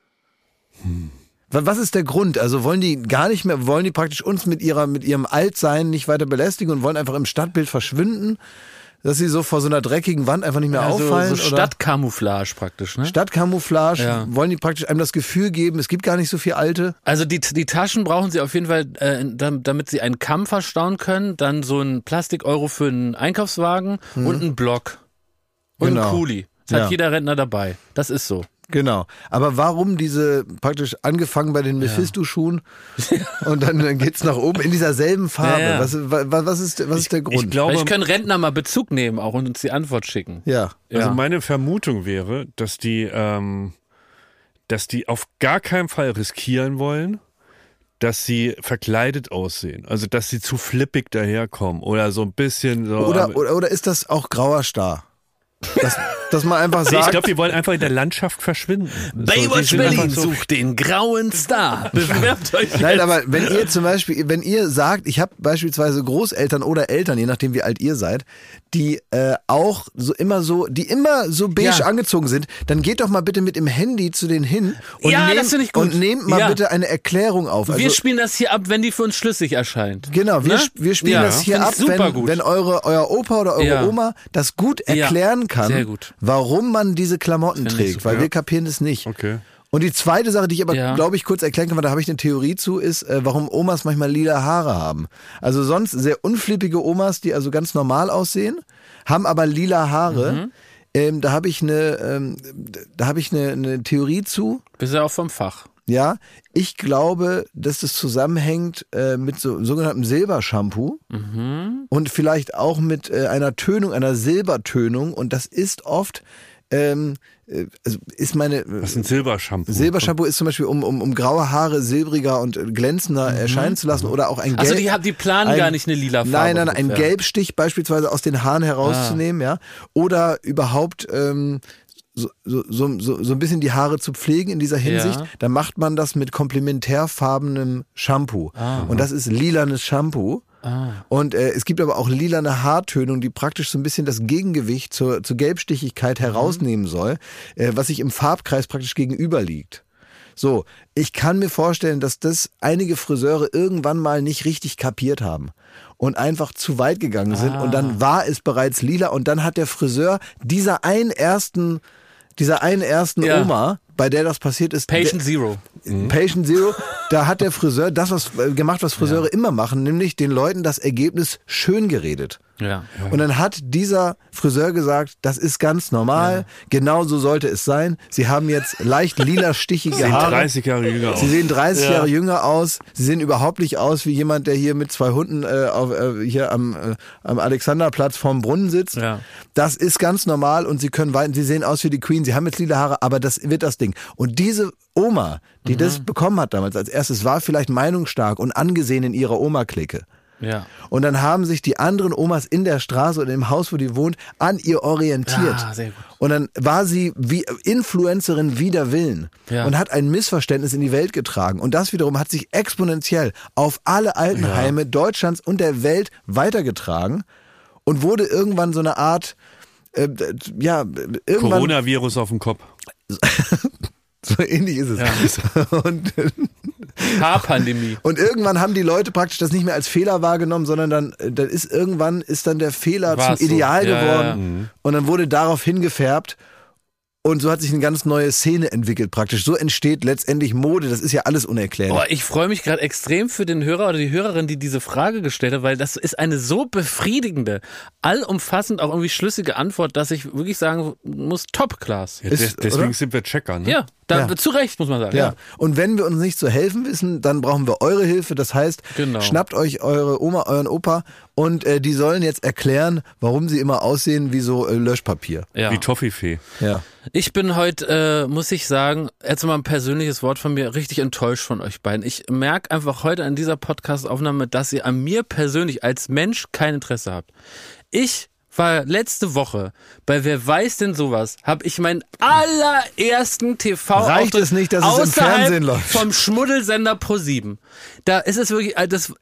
Was ist der Grund? Also wollen die praktisch uns mit ihrem Altsein nicht weiter belästigen und wollen einfach im Stadtbild verschwinden? Dass sie so vor so einer dreckigen Wand einfach nicht mehr auffallen? So Stadtcamouflage praktisch, ne? Stadtcamouflage, Ja. wollen die praktisch einem das Gefühl geben, es gibt gar nicht so viel Alte? Also die Taschen brauchen sie auf jeden Fall, damit sie einen Kamm verstauen können, dann so ein Plastik-Euro für einen Einkaufswagen und einen Block. Und Genau. einen Kuli. Das Ja. hat jeder Rentner dabei. Das ist so. Genau. Aber warum diese praktisch angefangen bei den Mephisto-Schuhen und dann geht's nach oben in dieser selben Farbe? Ja, ja. Was ist der Grund? Ich glaube, Vielleicht können Rentner mal Bezug nehmen auch und uns die Antwort schicken. Ja. also Ja. meine Vermutung wäre, dass die auf gar keinen Fall riskieren wollen, dass sie verkleidet aussehen. Also dass sie zu flippig daherkommen oder so ein bisschen so. Oder ist das auch grauer Star? Dass man einfach Nee, sagt, ich glaube, die wollen einfach in der Landschaft verschwinden. Baywatch die sind Berlin einfach so- sucht den grauen Star. Bewerbt euch jetzt. nein, aber wenn ihr zum Beispiel, wenn ihr sagt, ich habe beispielsweise Großeltern oder Eltern, je nachdem wie alt ihr seid, die auch immer so beige angezogen sind, dann geht doch mal bitte mit dem Handy zu denen hin und, Ja, das finde ich gut. und nehmt mal Ja. bitte eine Erklärung auf. Wir spielen das hier ab, wenn die für uns schlüssig erscheint. Genau, wir spielen Ja, das hier find ab, ich super gut. wenn euer Opa oder eure Ja. Oma das gut erklären kann, sehr gut. warum man diese Klamotten Find ich trägt, super. weil Ja. wir kapieren es nicht. Okay. Und die zweite Sache, die ich aber, Ja. glaube ich, kurz erklären kann, weil da habe ich eine Theorie zu, ist, warum Omas manchmal lila Haare haben. Also sonst sehr unflippige Omas, die also ganz normal aussehen, haben aber lila Haare. Da habe ich eine Theorie zu. Bist ja auch vom Fach. Ja, ich glaube, dass das zusammenhängt mit so sogenanntem Silbershampoo und vielleicht auch mit einer Tönung, einer Silbertönung. Und das ist oft also ist meine... Was ist ein Silbershampoo? Silbershampoo ist zum Beispiel, um graue Haare silbriger und glänzender erscheinen zu lassen oder auch ein Gelb... Also die planen gar nicht eine lila Farbe. Nein, ein Gelbstich beispielsweise aus den Haaren herauszunehmen, ja. Oder überhaupt... So ein bisschen die Haare zu pflegen in dieser Hinsicht, dann macht man das mit komplementärfarbenem Shampoo. Und das ist lilanes Shampoo. Und es gibt aber auch lilane Haartönung, die praktisch so ein bisschen das Gegengewicht zur Gelbstichigkeit herausnehmen soll, was sich im Farbkreis praktisch gegenüber liegt. So, ich kann mir vorstellen, dass das einige Friseure irgendwann mal nicht richtig kapiert haben und einfach zu weit gegangen sind und dann war es bereits lila und dann hat der Friseur dieser einen ersten Oma, bei der das passiert ist. Patient Zero, da hat der Friseur das was gemacht, was Friseure immer machen, nämlich den Leuten das Ergebnis schön geredet. Ja. Und dann hat dieser Friseur gesagt, das ist ganz normal, genau so sollte es sein. Sie haben jetzt leicht lila stichige Haare. 30 Jahre jünger aus. Sie sehen 30 Jahre jünger aus. Sie sehen überhaupt nicht aus wie jemand, der hier mit 2 Hunden hier am Alexanderplatz vorm Brunnen sitzt. Ja. Das ist ganz normal und Sie können weiter. Sie sehen aus wie die Queen. Sie haben jetzt lila Haare, aber das wird das Ding. Und diese Oma, die das bekommen hat damals als erstes, war vielleicht meinungsstark und angesehen in ihrer Oma-Clique. Ja. Und dann haben sich die anderen Omas in der Straße oder im Haus, wo die wohnt, an ihr orientiert. Ja, sehr gut. Und dann war sie wie Influencerin wider Willen und hat ein Missverständnis in die Welt getragen. Und das wiederum hat sich exponentiell auf alle Altenheime Deutschlands und der Welt weitergetragen und wurde irgendwann so eine Art, irgendwann... Coronavirus auf dem Kopf. So ähnlich ist es. Ja. Und Haarpandemie. Und irgendwann haben die Leute praktisch das nicht mehr als Fehler wahrgenommen, sondern dann ist dann der Fehler zum Ideal geworden. Ja. Und dann wurde darauf hingefärbt. Und so hat sich eine ganz neue Szene entwickelt praktisch. So entsteht letztendlich Mode. Das ist ja alles unerklärlich. Ich freue mich gerade extrem für den Hörer oder die Hörerin, die diese Frage gestellt hat, weil das ist eine so befriedigende, allumfassend auch irgendwie schlüssige Antwort, dass ich wirklich sagen muss, Top-Class. Ja, deswegen sind wir Checker, ne? Ja, zu Recht, muss man sagen. Ja. Und wenn wir uns nicht zu helfen wissen, dann brauchen wir eure Hilfe. Das heißt, schnappt euch eure Oma, euren Opa und die sollen jetzt erklären, warum sie immer aussehen wie so Löschpapier. Ja. Wie Toffifee. Ja. Ich bin heute, muss ich sagen, jetzt mal ein persönliches Wort von mir, richtig enttäuscht von euch beiden. Ich merke einfach heute an dieser Podcast-Aufnahme, dass ihr an mir persönlich als Mensch kein Interesse habt. Ich war letzte Woche bei Wer weiß denn sowas, habe ich meinen allerersten TV-Auftritt Reicht es nicht, dass es im Fernsehen läuft? Vom Schmuddelsender Pro7. Da ist es wirklich,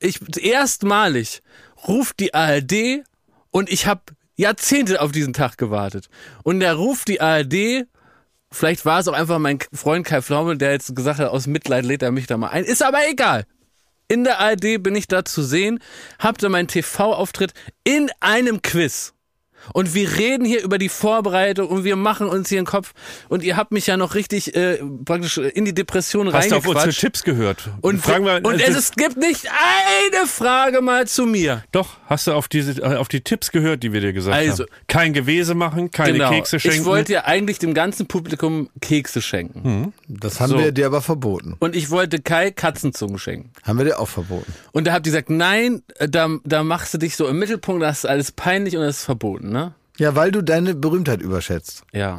erstmalig ruft die ARD und ich habe Jahrzehnte auf diesen Tag gewartet. Und da ruft die ARD, vielleicht war es auch einfach mein Freund Kai Pflaume, der jetzt gesagt hat, aus Mitleid lädt er mich da mal ein. Ist aber egal. In der ARD bin ich da zu sehen, hab da meinen TV-Auftritt in einem Quiz. Und wir reden hier über die Vorbereitung und wir machen uns hier den Kopf. Und ihr habt mich ja noch richtig praktisch in die Depression reingequatscht. Hast du auf unsere Tipps gehört? Und es gibt nicht eine Frage mal zu mir. Doch, hast du auf die Tipps gehört, die wir dir gesagt haben? Kein Gewese machen, keine Kekse schenken. Ich wollte ja eigentlich dem ganzen Publikum Kekse schenken. Das haben wir dir aber verboten. Und ich wollte Kai Katzenzungen schenken. Haben wir dir auch verboten. Und da habt ihr gesagt, nein, da machst du dich so im Mittelpunkt, das ist alles peinlich und das ist verboten, ne? Ja, weil du deine Berühmtheit überschätzt. Ja.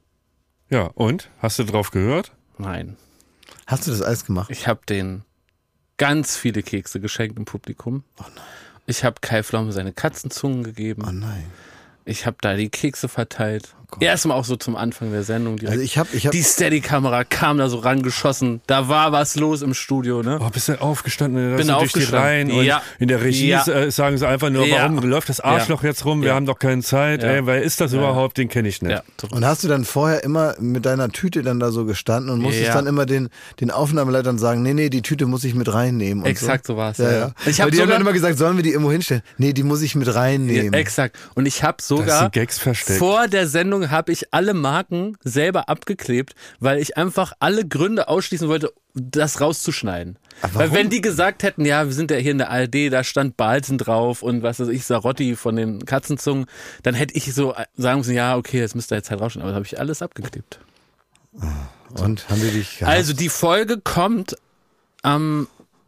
Ja, und? Hast du drauf gehört? Nein. Hast du das alles gemacht? Ich habe denen ganz viele Kekse geschenkt im Publikum. Oh nein. Ich habe Kai Pflaume seine Katzenzungen gegeben. Oh nein. Ich habe da die Kekse verteilt. Erstmal auch so zum Anfang der Sendung. Direkt. Also ich hab die Steady-Kamera kam da so rangeschossen. Da war was los im Studio, ne? Oh, bist du aufgestanden? Bin durch die Reihen und in der Regie sagen sie einfach nur, warum läuft das Arschloch jetzt rum? Wir haben doch keine Zeit. Ey, wer ist das überhaupt? Den kenne ich nicht. Ja. Und hast du dann vorher immer mit deiner Tüte dann da so gestanden und musstest dann immer den Aufnahmeleitern sagen, nee, die Tüte muss ich mit reinnehmen. Und exakt so war es. Ja. Ich Weil die haben dann immer gesagt, sollen wir die irgendwo hinstellen? Nee, die muss ich mit reinnehmen. Ja, exakt. Und ich habe sogar Gags versteckt. Vor der Sendung habe ich alle Marken selber abgeklebt, weil ich einfach alle Gründe ausschließen wollte, das rauszuschneiden. Weil wenn die gesagt hätten, ja, wir sind ja hier in der ARD, da stand Balzen drauf und was weiß ich, Sarotti von den Katzenzungen, dann hätte ich so sagen müssen, ja, okay, das müsst ihr jetzt halt rausschneiden. Aber das habe ich alles abgeklebt. Und haben wir dich gehabt? Also die Folge kommt am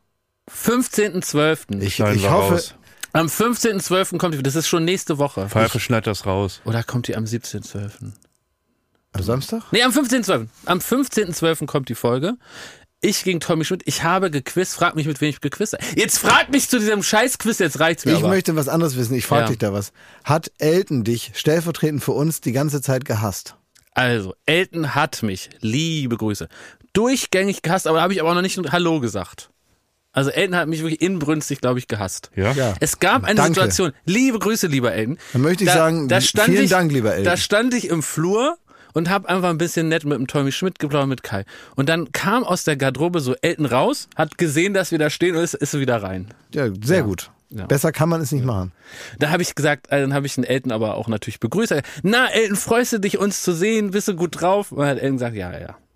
15.12. Ich hoffe... Am 15.12. kommt die, das ist schon nächste Woche. Pfeife schneidet das raus. Oder kommt die am 17.12.? Am Samstag? Nee, am 15.12. Am 15.12. kommt die Folge. Ich gegen Tommy Schmidt. Ich habe gequizt. Frag mich, mit wem ich gequizt habe. Jetzt frag mich zu diesem Scheiß-Quiz. Jetzt reicht's mir Ich möchte was anderes wissen. Ich frage dich da was. Hat Elton dich stellvertretend für uns die ganze Zeit gehasst? Also, Elton hat mich, liebe Grüße, durchgängig gehasst, aber da habe ich aber auch noch nicht Hallo gesagt. Also Elton hat mich wirklich inbrünstig, glaube ich, gehasst. Ja? Es gab eine Situation, liebe Grüße, lieber Elton. Dann möchte ich sagen, vielen Dank, lieber Elton. Da stand ich im Flur und habe einfach ein bisschen nett mit dem Tommy Schmidt geplaudert, mit Kai. Und dann kam aus der Garderobe so Elton raus, hat gesehen, dass wir da stehen und ist wieder rein. Ja, sehr gut. Ja. Besser kann man es nicht machen. Da habe ich gesagt, dann habe ich den Elton aber auch natürlich begrüßt. Na, Elton, freust du dich, uns zu sehen? Bist du gut drauf? Und dann hat Elton gesagt, ja.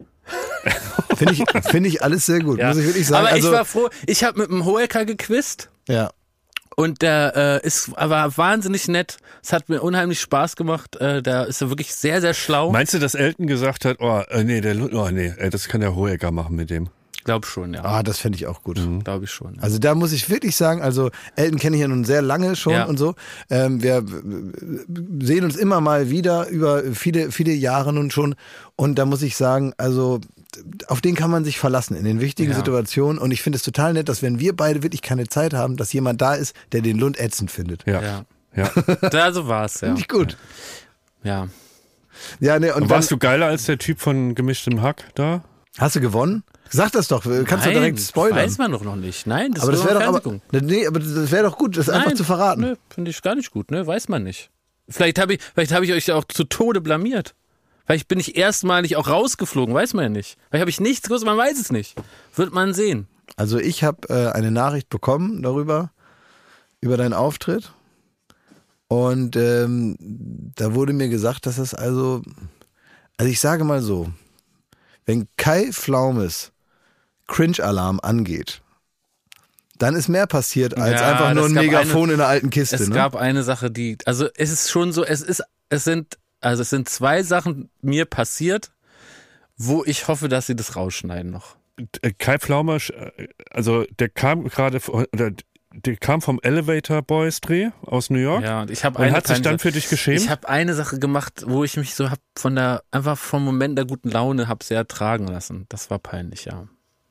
Finde ich alles sehr gut, muss ich wirklich sagen. Aber ich war froh, ich habe mit dem Hoeker gequizt. Ja. Und der war wahnsinnig nett. Es hat mir unheimlich Spaß gemacht. Der ist wirklich sehr, sehr schlau. Meinst du, dass Elton gesagt hat, das kann der Hohecker machen mit dem? Glaub schon, ja. Ah, das fände ich auch gut. Glaube ich schon. Ja. Also da muss ich wirklich sagen, also Elton kenne ich ja nun sehr lange schon und so. Wir sehen uns immer mal wieder über viele, viele Jahre nun schon. Und da muss ich sagen, also auf den kann man sich verlassen in den wichtigen Situationen. Und ich finde es total nett, dass wenn wir beide wirklich keine Zeit haben, dass jemand da ist, der den Lund ätzend findet. Ja. Da so war's, ja. Finde ich gut. Ja. Ja, ne, und warst du geiler als der Typ von Gemischtem Hack da? Hast du gewonnen? Sag das doch, kannst du direkt spoilern. Weiß man doch noch nicht. Nein, das aber ist das wäre doch aber das wäre doch gut, das einfach zu verraten. Nö, finde ich gar nicht gut, ne? Weiß man nicht. Vielleicht hab ich euch auch zu Tode blamiert. Vielleicht bin ich erstmalig auch rausgeflogen, weiß man ja nicht. Vielleicht habe ich nichts gewusst, man weiß es nicht. Wird man sehen. Also ich habe eine Nachricht bekommen über deinen Auftritt. Und da wurde mir gesagt, dass es also ich sage mal so, wenn Kai Pflaumes Cringe-Alarm angeht, dann ist mehr passiert als einfach nur ein Megafon in einer alten Kiste. Es gab eine Sache, also es ist schon so, es sind 2 Sachen mir passiert, wo ich hoffe, dass sie das rausschneiden noch. Kai Pflaume, also der kam vom Elevator Boys Dreh aus New York. Ja, und hat sich dann für dich geschämt? Ich habe eine Sache gemacht, wo ich mich so einfach vom Moment der guten Laune habe sehr tragen lassen. Das war peinlich, ja.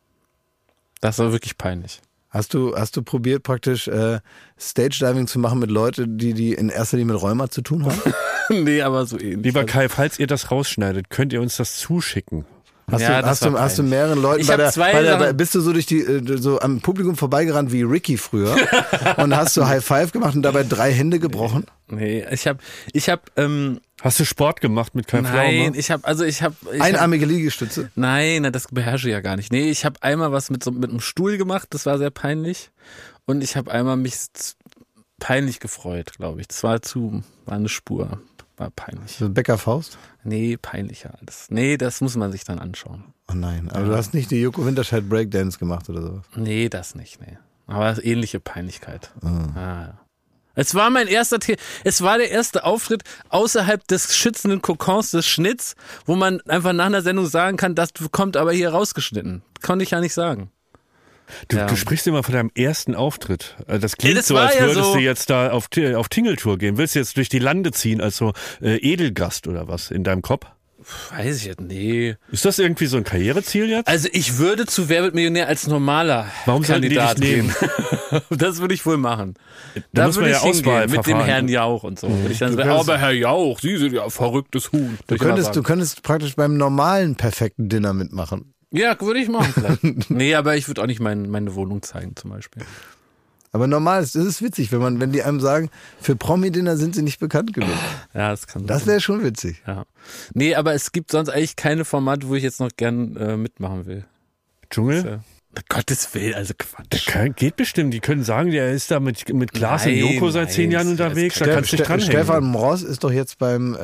Das war wirklich peinlich. Hast du probiert praktisch Stage-Diving zu machen mit Leuten, die in erster Linie mit Rheuma zu tun haben? Nee, aber so ähnlich. Lieber Kai, falls ihr das rausschneidet, könnt ihr uns das zuschicken. Hast du mehreren Leuten bist du so so am Publikum vorbeigerannt wie Ricky früher und hast du High Five gemacht und dabei 3 Hände gebrochen? Nee, ich hab hast du Sport gemacht mit Kai Pflaume? Nein, ich habe einarmige Liegestütze. Nein, das beherrsche ich ja gar nicht. Nee, ich habe einmal was mit einem Stuhl gemacht, das war sehr peinlich und ich habe einmal mich peinlich gefreut, glaube ich. Das war eine Spur. War peinlich. So Bäckerfaust? Nee, peinlicher alles. Nee, das muss man sich dann anschauen. Oh nein, aber du hast nicht die Joko Winterscheid Breakdance gemacht oder sowas? Nee, das nicht, nee. Aber ähnliche Peinlichkeit. Ja. Es war der erste Auftritt außerhalb des schützenden Kokons des Schnitts, wo man einfach nach einer Sendung sagen kann, das kommt aber hier rausgeschnitten. Konnte ich ja nicht sagen. Du sprichst immer von deinem ersten Auftritt. Das klingt so, als würdest du jetzt da auf Tingeltour gehen. Willst du jetzt durch die Lande ziehen als so Edelgast oder was in deinem Kopf? Weiß ich jetzt, nee. Ist das irgendwie so ein Karriereziel jetzt? Also ich würde zu Wer wird Millionär als normaler Kandidat gehen. Das würde ich wohl machen. Da würde ich hingehen mit dem Herrn Jauch und so. Würde ich dann sagen, aber Herr Jauch, Sie sind ja ein verrücktes Huhn. Du könntest praktisch beim normalen perfekten Dinner mitmachen. Ja, würde ich machen vielleicht. Nee, aber ich würde auch nicht meine Wohnung zeigen zum Beispiel. Aber normal ist es witzig, wenn die einem sagen, für Promi-Dinner sind sie nicht bekannt genug. Ja, das kann sein. Das wäre schon witzig. Ja. Nee, aber es gibt sonst eigentlich keine Formate, wo ich jetzt noch gern mitmachen will. Dschungel? Gottes Willen, also Quatsch. Geht bestimmt. Die können sagen, der ist da mit Klaas und Joko seit 10 Jahren unterwegs. Da kannst du dich dranhängen. Stefan Mross ist doch jetzt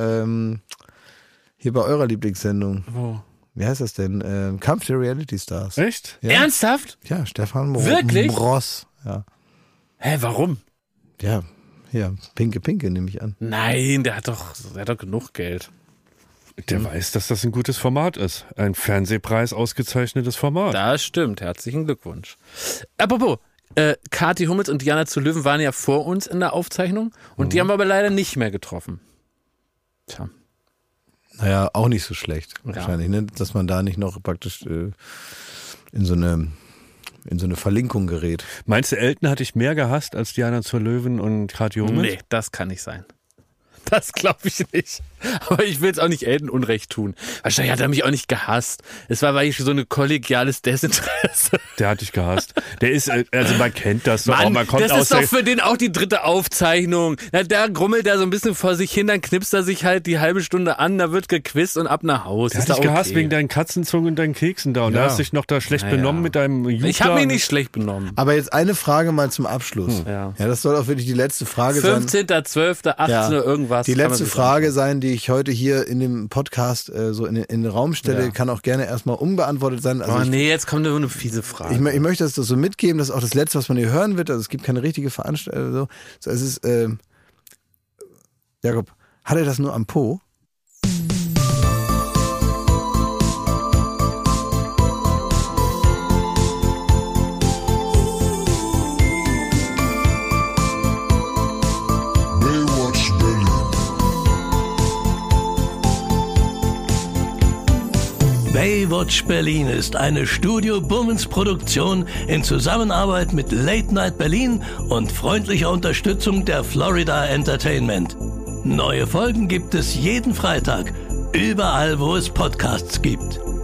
hier bei eurer Lieblingssendung. Wo? Wie heißt das denn? Kampf der Reality Stars. Echt? Ja. Ernsthaft? Ja, Stefan Wirklich? Mross. Ja. Hä, warum? Ja, Pinke nehme ich an. Nein, der hat doch genug Geld. Der weiß, dass das ein gutes Format ist. Ein Fernsehpreis ausgezeichnetes Format. Das stimmt. Herzlichen Glückwunsch. Apropos, Kathi Hummels und Diana zu Löwen waren ja vor uns in der Aufzeichnung und die haben wir aber leider nicht mehr getroffen. Tja. Naja, auch nicht so schlecht wahrscheinlich, ne? Dass man da nicht noch praktisch in so eine Verlinkung gerät. Meinst du, Elton hat dich mehr gehasst als Diana zur Löwen und Kathi Hummels? Nee, das kann nicht sein. Das glaube ich nicht. Aber ich will es auch nicht Elton Unrecht tun. Wahrscheinlich hat er mich auch nicht gehasst. Es war wirklich so ein kollegiales Desinteresse. Der hat dich gehasst. Der ist, also man kennt das doch auch. Man kommt das ist doch für den auch die 3. Aufzeichnung. Da grummelt er so ein bisschen vor sich hin, dann knipst er sich halt die halbe Stunde an, da wird gequizt und ab nach Haus. Der hat dich gehasst wegen deinen Katzenzungen und deinen Keksen da. Und da hast dich noch da schlecht benommen mit deinem Jugend. Ich habe mich nicht schlecht benommen. Aber jetzt eine Frage mal zum Abschluss. Ja, das soll auch wirklich die letzte Frage 15.12., 18 Uhr irgendwas. Die letzte Frage sein, die ich heute hier in dem Podcast so in den Raum stelle, kann auch gerne erstmal unbeantwortet sein. Also jetzt kommt eine fiese Frage. Ich möchte das so mitgeben, das ist auch das Letzte, was man hier hören wird. Also es gibt keine richtige Veranstaltung. So, es ist, Jakob, hat er das nur am Po? Baywatch Berlin ist eine Studio Bummens Produktion in Zusammenarbeit mit Late Night Berlin und freundlicher Unterstützung der Florida Entertainment. Neue Folgen gibt es jeden Freitag, überall wo es Podcasts gibt.